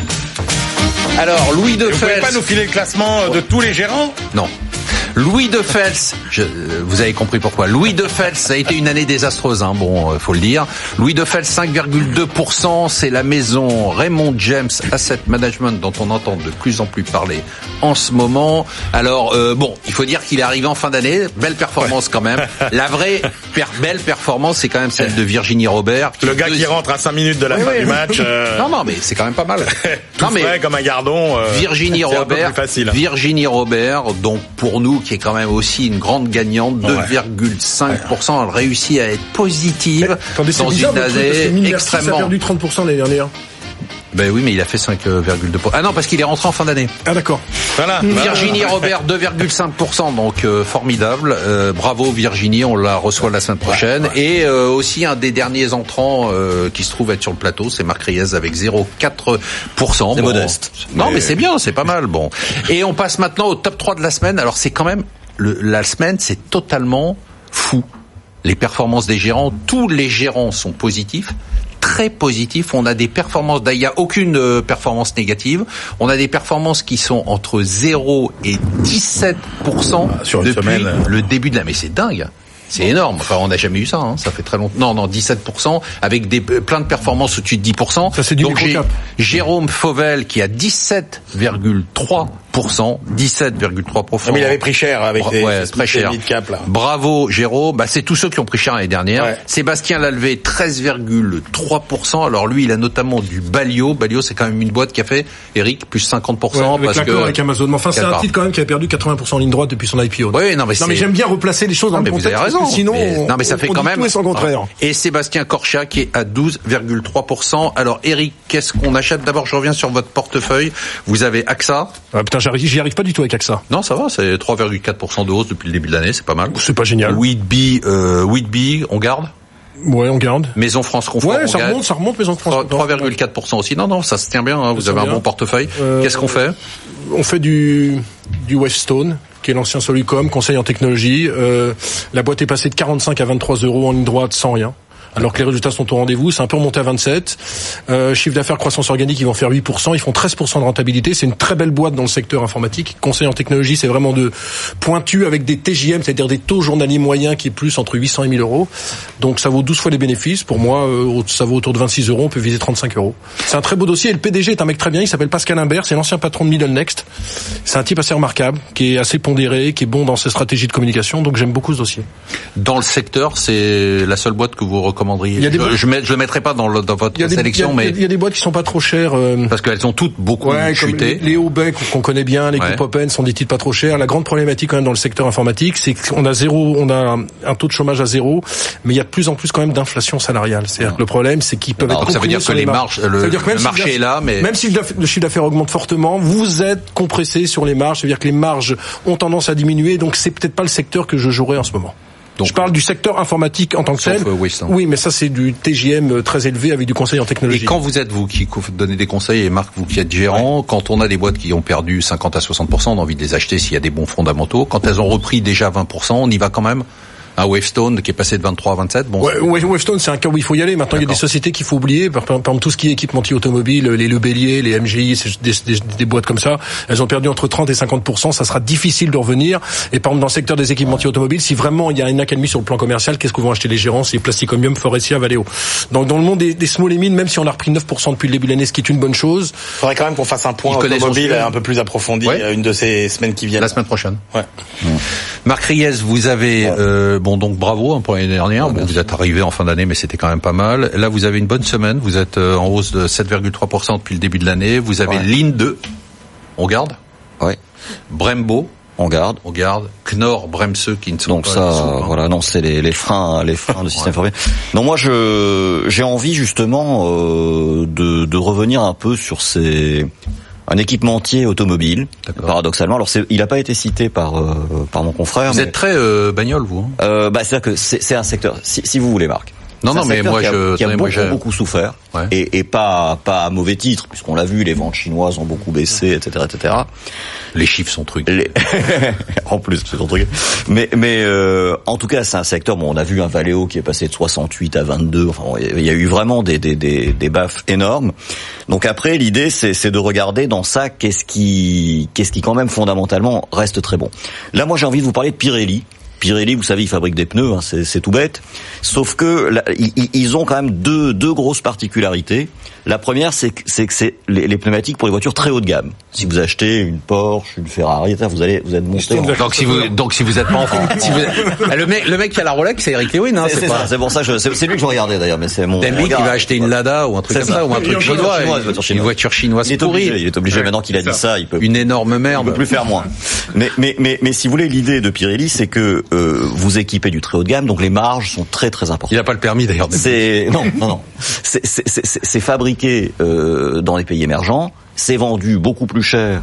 Speaker 3: Alors, Louis de
Speaker 8: Vous pouvez
Speaker 3: Fels.
Speaker 8: pas nous filer le classement de tous les gérants?
Speaker 3: Non. Louis de Fels, je, vous avez compris pourquoi. Louis de Fels, ça a été une année désastreuse, hein, bon, euh, faut le dire. Louis de Fels, cinq virgule deux pour cent, c'est la maison Raymond James Asset Management dont on entend de plus en plus parler en ce moment. Alors, euh, bon, il faut dire qu'il est arrivé en fin d'année, belle performance quand même. La vraie per- belle performance, c'est quand même celle de Virginie Robert.
Speaker 8: Le gars qui rentre à cinq minutes de la
Speaker 3: Oui,
Speaker 8: fin
Speaker 3: oui.
Speaker 8: du match. Euh,
Speaker 3: Non, non, mais c'est quand même pas mal.
Speaker 8: tout
Speaker 3: Non, mais
Speaker 8: frais comme un gardon. euh,
Speaker 3: Virginie
Speaker 8: c'est un peu
Speaker 3: Robert,
Speaker 8: plus facile.
Speaker 3: Virginie Robert, donc pour nous, qui est quand même aussi une grande gagnante,
Speaker 8: Ouais.
Speaker 3: deux virgule cinq pour cent, elle réussit à être positive
Speaker 6: Attendez, c'est
Speaker 3: dans
Speaker 6: bizarre
Speaker 3: une
Speaker 6: votre truc, parce que
Speaker 3: année
Speaker 6: Mine Mercy, a
Speaker 3: extrêmement.
Speaker 6: perdu trente pour cent l'année dernière.
Speaker 3: Ben oui, mais il a fait cinq virgule deux pour cent. Ah non, parce qu'il est rentré en fin d'année.
Speaker 6: Ah d'accord.
Speaker 8: Voilà.
Speaker 3: Virginie Robert, deux virgule cinq pour cent, donc euh, formidable. Euh, bravo Virginie, on la reçoit la semaine prochaine. Et euh, aussi un des derniers entrants euh, qui se trouve être sur le plateau, c'est Marc Riez avec zéro virgule quatre pour cent.
Speaker 4: C'est
Speaker 3: Bon.
Speaker 4: modeste.
Speaker 3: Non, mais,
Speaker 8: Mais-
Speaker 3: c'est bien, c'est pas mal. Bon. Et on passe maintenant au top trois de la semaine. Alors c'est quand même, le, la semaine, c'est totalement fou. Les performances des gérants, tous les gérants sont positifs. Très positif, on a des performances, il n'y a aucune euh, performance négative, on a des performances qui sont entre zéro et dix-sept pour cent
Speaker 8: Sur une
Speaker 3: depuis
Speaker 8: semaine.
Speaker 3: le début de la... Mais c'est dingue. C'est énorme. Enfin, on n'a jamais eu ça. Hein. Ça fait très longtemps. Non, non, dix-sept pour cent avec des plein de performances au-dessus de dix pour cent.
Speaker 6: Ça, c'est du
Speaker 3: Donc j'ai
Speaker 6: microcap.
Speaker 3: Jérôme Fauvel qui a dix-sept virgule trois pour cent, dix-sept virgule trois pour cent.
Speaker 8: Mais il avait pris cher avec
Speaker 3: Bra-
Speaker 8: les,
Speaker 3: ouais,
Speaker 8: ces-
Speaker 3: très
Speaker 8: ces
Speaker 3: cher.
Speaker 8: mid-cap, là.
Speaker 3: Bravo Jérôme. Bah, c'est tous ceux qui ont pris cher l'année dernière.
Speaker 8: Ouais.
Speaker 3: Sébastien Lalvé, treize virgule trois pour cent. Alors lui, il a notamment du Balio. Balio, c'est quand même une boîte qui a fait, Eric, plus cinquante pour
Speaker 6: Ouais,
Speaker 3: cent.
Speaker 6: avec
Speaker 3: parce
Speaker 6: l'accord
Speaker 3: que...
Speaker 6: avec Amazon. Mais enfin, c'est un
Speaker 3: D'accord.
Speaker 6: titre quand même qui a perdu quatre-vingts pour cent en ligne droite depuis son I P O.
Speaker 3: Oui, non, mais,
Speaker 6: Non mais
Speaker 3: c'est-
Speaker 6: j'aime bien replacer les choses dans
Speaker 3: Non,
Speaker 6: le
Speaker 3: mais vous
Speaker 6: contexte
Speaker 3: avez raison.
Speaker 6: parce que sinon
Speaker 3: Mais-
Speaker 6: on,
Speaker 3: non, mais ça
Speaker 6: on-
Speaker 3: fait
Speaker 6: on
Speaker 3: quand
Speaker 6: dit
Speaker 3: même.
Speaker 6: tout et son contraire.
Speaker 3: Et Sébastien Corchat qui est à douze virgule trois pour cent. Alors Eric, qu'est-ce qu'on achète? D'abord, je reviens sur votre portefeuille. Vous avez A X A.
Speaker 6: Ah, putain, j'arrive- j'y arrive pas du tout avec A X A.
Speaker 3: Non, ça va, c'est trois virgule quatre pour cent de hausse depuis le début de l'année, c'est pas mal.
Speaker 6: C'est pas génial.
Speaker 3: Whitby, euh, Whitby, on garde.
Speaker 6: Ouais, on garde.
Speaker 3: Maison France Confort,
Speaker 6: Ouais,
Speaker 3: on
Speaker 6: ça
Speaker 3: garde.
Speaker 6: remonte, ça remonte, mais en France.
Speaker 3: trois virgule quatre pour cent aussi. Non, non, ça se tient bien. Hein, vous
Speaker 6: Ça
Speaker 3: avez
Speaker 6: tient
Speaker 3: un
Speaker 6: bien.
Speaker 3: bon portefeuille.
Speaker 6: Euh,
Speaker 3: Qu'est-ce qu'on fait?
Speaker 6: On fait du du Wavestone, qui est l'ancien Solucom, conseil en technologie. Euh, la boîte est passée de quarante-cinq à vingt-trois euros en ligne droite sans rien. Alors que les résultats sont au rendez-vous, c'est un peu remonté à vingt-sept. Euh, chiffre d'affaires, croissance organique, ils vont faire huit pour cent, ils font treize pour cent de rentabilité. C'est une très belle boîte dans le secteur informatique. Conseil en technologie, c'est vraiment de pointu avec des T J M, c'est-à-dire des taux journaliers moyens qui est plus entre huit cents et mille euros. Donc ça vaut douze fois les bénéfices. Pour moi, euh, ça vaut autour de vingt-six euros, on peut viser trente-cinq euros. C'est un très beau dossier et le P D G est un mec très bien, il s'appelle Pascal Imbert, c'est l'ancien patron de Middle Next. C'est un type assez remarquable, qui est assez pondéré, qui est bon dans ses stratégies de communication, donc j'aime beaucoup ce dossier.
Speaker 3: Dans le secteur, c'est la seule boîte que vous recommandez recommanderais?
Speaker 6: Il y a des
Speaker 3: Je,
Speaker 6: boîtes-
Speaker 3: je, met, je le mettrai pas dans, le, dans votre
Speaker 6: Il y a des,
Speaker 3: sélection,
Speaker 6: il y a,
Speaker 3: mais
Speaker 6: il y a des boîtes qui sont pas trop chères. Euh,
Speaker 3: parce qu'elles ont toutes beaucoup
Speaker 6: ouais, comme
Speaker 3: chuté.
Speaker 6: les, les Aubec qu'on connaît bien, les
Speaker 3: Ouais.
Speaker 6: Groupe Open sont des titres pas trop chers. La grande problématique quand même dans le secteur informatique, c'est qu'on a zéro, on a un taux de chômage à zéro, mais il y a de plus en plus quand même d'inflation salariale. C'est-à-dire que le problème, c'est qu'ils peuvent
Speaker 3: Alors,
Speaker 6: être
Speaker 3: ça veut dire
Speaker 6: comprimés
Speaker 3: que
Speaker 6: sur
Speaker 3: les
Speaker 6: marges.
Speaker 3: marges, le,
Speaker 6: Ça veut dire que même
Speaker 3: le
Speaker 6: si
Speaker 3: marché
Speaker 6: le-
Speaker 3: est là, mais
Speaker 6: même si le chiffre d'affaires augmente fortement, vous êtes compressé sur les marges. Ça veut dire que les marges ont tendance à diminuer, donc c'est peut-être pas le secteur que je jouerais en ce moment.
Speaker 3: Donc,
Speaker 6: je parle du secteur informatique en tant que
Speaker 3: sauf,
Speaker 6: tel.
Speaker 3: euh, Weston.
Speaker 6: Oui, mais ça c'est du T J M très élevé avec du conseil en technologie.
Speaker 3: Et quand vous êtes, vous qui donnez des conseils, et Marc, vous qui êtes gérant, ouais. quand on a des boîtes qui ont perdu cinquante à soixante pour cent, on a envie de les acheter s'il y a des bons fondamentaux. Quand elles ont repris déjà vingt pour cent, on y va quand même. Un Wavestone qui est passé de vingt-trois à vingt-sept. Bon,
Speaker 6: ouais, Wavestone, c'est un cas où il faut y aller. Maintenant, D'accord. il y a des sociétés qu'il faut oublier. Par, par exemple, tout ce qui est équipementier automobile, les Le Bélier, les M G I, c'est des, des, des boîtes comme ça. Elles ont perdu entre trente et cinquante pour cent. Ça sera difficile de revenir. Et par exemple, dans le secteur des équipementiers automobiles, si vraiment il y a une accalmie sur le plan commercial, qu'est-ce que vont acheter les gérants? C'est Plasticomium, Forestia, Valeo. Donc, dans le monde des, des small et mid, même si on a repris neuf pour cent depuis le début de l'année, ce qui est une bonne chose.
Speaker 8: Il faudrait quand même qu'on fasse un point automobile un peu plus approfondi ouais. une de ces semaines qui viennent.
Speaker 3: La semaine prochaine.
Speaker 8: Ouais.
Speaker 3: Mmh. Marc Riez, vous avez, ouais. euh, bon, donc bravo, hein, pour l'année dernière. Ouais, bon, vous êtes arrivé en fin d'année, mais c'était quand même pas mal. Là, vous avez une bonne semaine. Vous êtes euh, en hausse de sept virgule trois pour cent depuis le début de l'année. Vous avez ouais. Line deux. On garde?
Speaker 4: Oui.
Speaker 3: Brembo.
Speaker 4: On garde.
Speaker 3: On garde. Knorr, Bremse, qui ne sont
Speaker 4: Donc
Speaker 3: pas...
Speaker 4: ça, sont, voilà, non, c'est les, les freins, les freins de système ouais. fermé. Non, moi, je, j'ai envie, justement, euh, de, de revenir un peu sur ces, un équipementier automobile, D'accord. paradoxalement. Alors, c'est, il n'a pas été cité par euh, par mon confrère.
Speaker 3: Vous
Speaker 4: mais,
Speaker 3: êtes très euh, bagnole, vous. Hein
Speaker 4: euh, bah, c'est-à-dire que c'est, c'est un secteur. Si, si vous voulez, Marc.
Speaker 3: Non, non, mais moi,
Speaker 4: qui a,
Speaker 3: je,
Speaker 4: qui a
Speaker 3: attendez,
Speaker 4: beaucoup,
Speaker 3: moi,
Speaker 4: beaucoup souffert
Speaker 3: ouais.
Speaker 4: et, et pas pas à mauvais titre, puisqu'on l'a vu, les ventes chinoises ont beaucoup baissé, et cetera, et cetera.
Speaker 3: Les chiffres sont trucs.
Speaker 4: Les... en plus, c'est son truc. Mais mais euh, en tout cas, c'est un secteur. Bon, on a vu un Valeo qui est passé de soixante-huit à vingt-deux. Enfin, il y a eu vraiment des des des, des baffes énormes. Donc après, l'idée, c'est c'est de regarder dans ça qu'est-ce qui qu'est-ce qui quand même fondamentalement reste très bon. Là, moi, j'ai envie de vous parler de Pirelli. Pirelli, vous savez, ils fabriquent des pneus, hein, c'est, c'est tout bête. Sauf que là, ils, ils ont quand même deux, deux grosses particularités. La première, c'est que c'est, que c'est les, les pneumatiques pour les voitures très haut de gamme. Si vous achetez une Porsche, une Ferrari, vous allez vous êtes monté. En...
Speaker 3: Donc si vous donc si vous êtes pas en France, si vous êtes... le mec le mec qui a la Rolex, c'est Eric Lewin, hein.
Speaker 4: C'est, c'est,
Speaker 3: pas...
Speaker 4: ça, c'est pour ça, je, c'est, c'est lui que je regardais d'ailleurs, mais c'est mon.
Speaker 3: Dembélé qui va acheter une Lada ou un truc comme ça, ça ou un truc chinois, une voiture chinoise, une voiture chinoise
Speaker 4: il est
Speaker 3: pourrie.
Speaker 4: Obligé, il est obligé ouais, maintenant qu'il a dit ça, il peut.
Speaker 3: Une énorme merde.
Speaker 4: Il peut plus faire moins. mais mais mais mais si vous voulez, l'idée de Pirelli, c'est que euh, vous équipez du très haut de gamme, donc les marges sont très très importantes.
Speaker 3: Il a pas le permis d'ailleurs.
Speaker 4: C'est non non non. C'est c'est c'est, c'est fabriqué euh, dans les pays émergents, c'est vendu beaucoup plus cher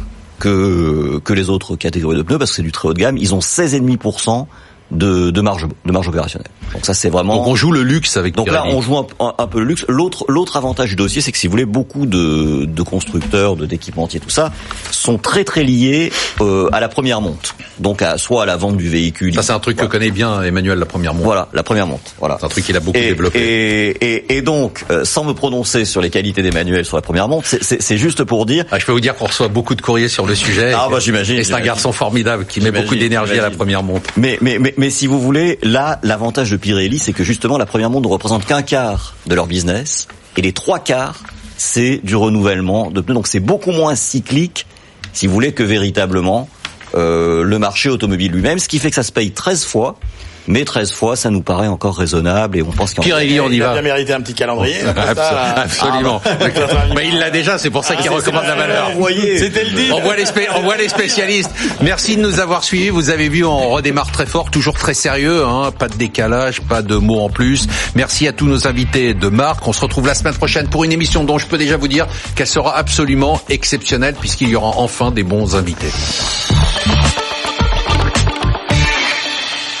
Speaker 4: que que les autres catégories de pneus parce que c'est du très haut de gamme. Ils ont seize virgule cinq pour cent de de marge de marge opérationnelle. Donc ça c'est vraiment.
Speaker 3: Donc on joue le luxe avec.
Speaker 4: Donc
Speaker 3: Pirelli.
Speaker 4: là on joue un, un, un peu le luxe. L'autre l'autre avantage du dossier, c'est que si vous voulez, beaucoup de de constructeurs, de d'équipementiers, tout ça, sont très très liés euh, à la première monte. Donc à soit à la vente du véhicule.
Speaker 3: Ça c'est un truc voilà. que connaît bien Emmanuel, la première monte.
Speaker 4: Voilà, la première monte. Voilà.
Speaker 3: C'est un truc qu'il a beaucoup
Speaker 4: et,
Speaker 3: développé.
Speaker 4: Et, et, et donc, euh, sans me prononcer sur les qualités d'Emmanuel sur la première monte, c'est, c'est, c'est juste pour dire.
Speaker 3: Ah, je peux vous dire qu'on reçoit beaucoup de courriers sur le sujet.
Speaker 4: Ah bah j'imagine.
Speaker 3: Et c'est
Speaker 4: j'imagine.
Speaker 3: un garçon formidable qui met j'imagine, beaucoup d'énergie j'imagine. à la première monte.
Speaker 4: Mais mais mais mais si vous voulez, là l'avantage de Pirelli, c'est que justement la première monte ne représente qu'un quart de leur business et les trois quarts c'est du renouvellement de pneus. Donc c'est beaucoup moins cyclique, si vous voulez, que véritablement euh, le marché automobile lui-même, ce qui fait que ça se paye treize fois. Mais treize fois, ça nous paraît encore raisonnable et on pense qu'il
Speaker 3: Pirelli, on y va.
Speaker 8: Il a bien mérité un petit calendrier.
Speaker 3: Absolument. Ah, bah. Mais il l'a déjà, c'est pour ça qu'il ah, recommande la valeur.
Speaker 8: C'était le deal.
Speaker 3: On voit les, spé- on voit les spécialistes. Merci de nous avoir suivis. Vous avez vu, on redémarre très fort, toujours très sérieux, hein. Pas de décalage, pas de mots en plus. Merci à tous nos invités de marque. On se retrouve la semaine prochaine pour une émission dont je peux déjà vous dire qu'elle sera absolument exceptionnelle puisqu'il y aura enfin des bons invités.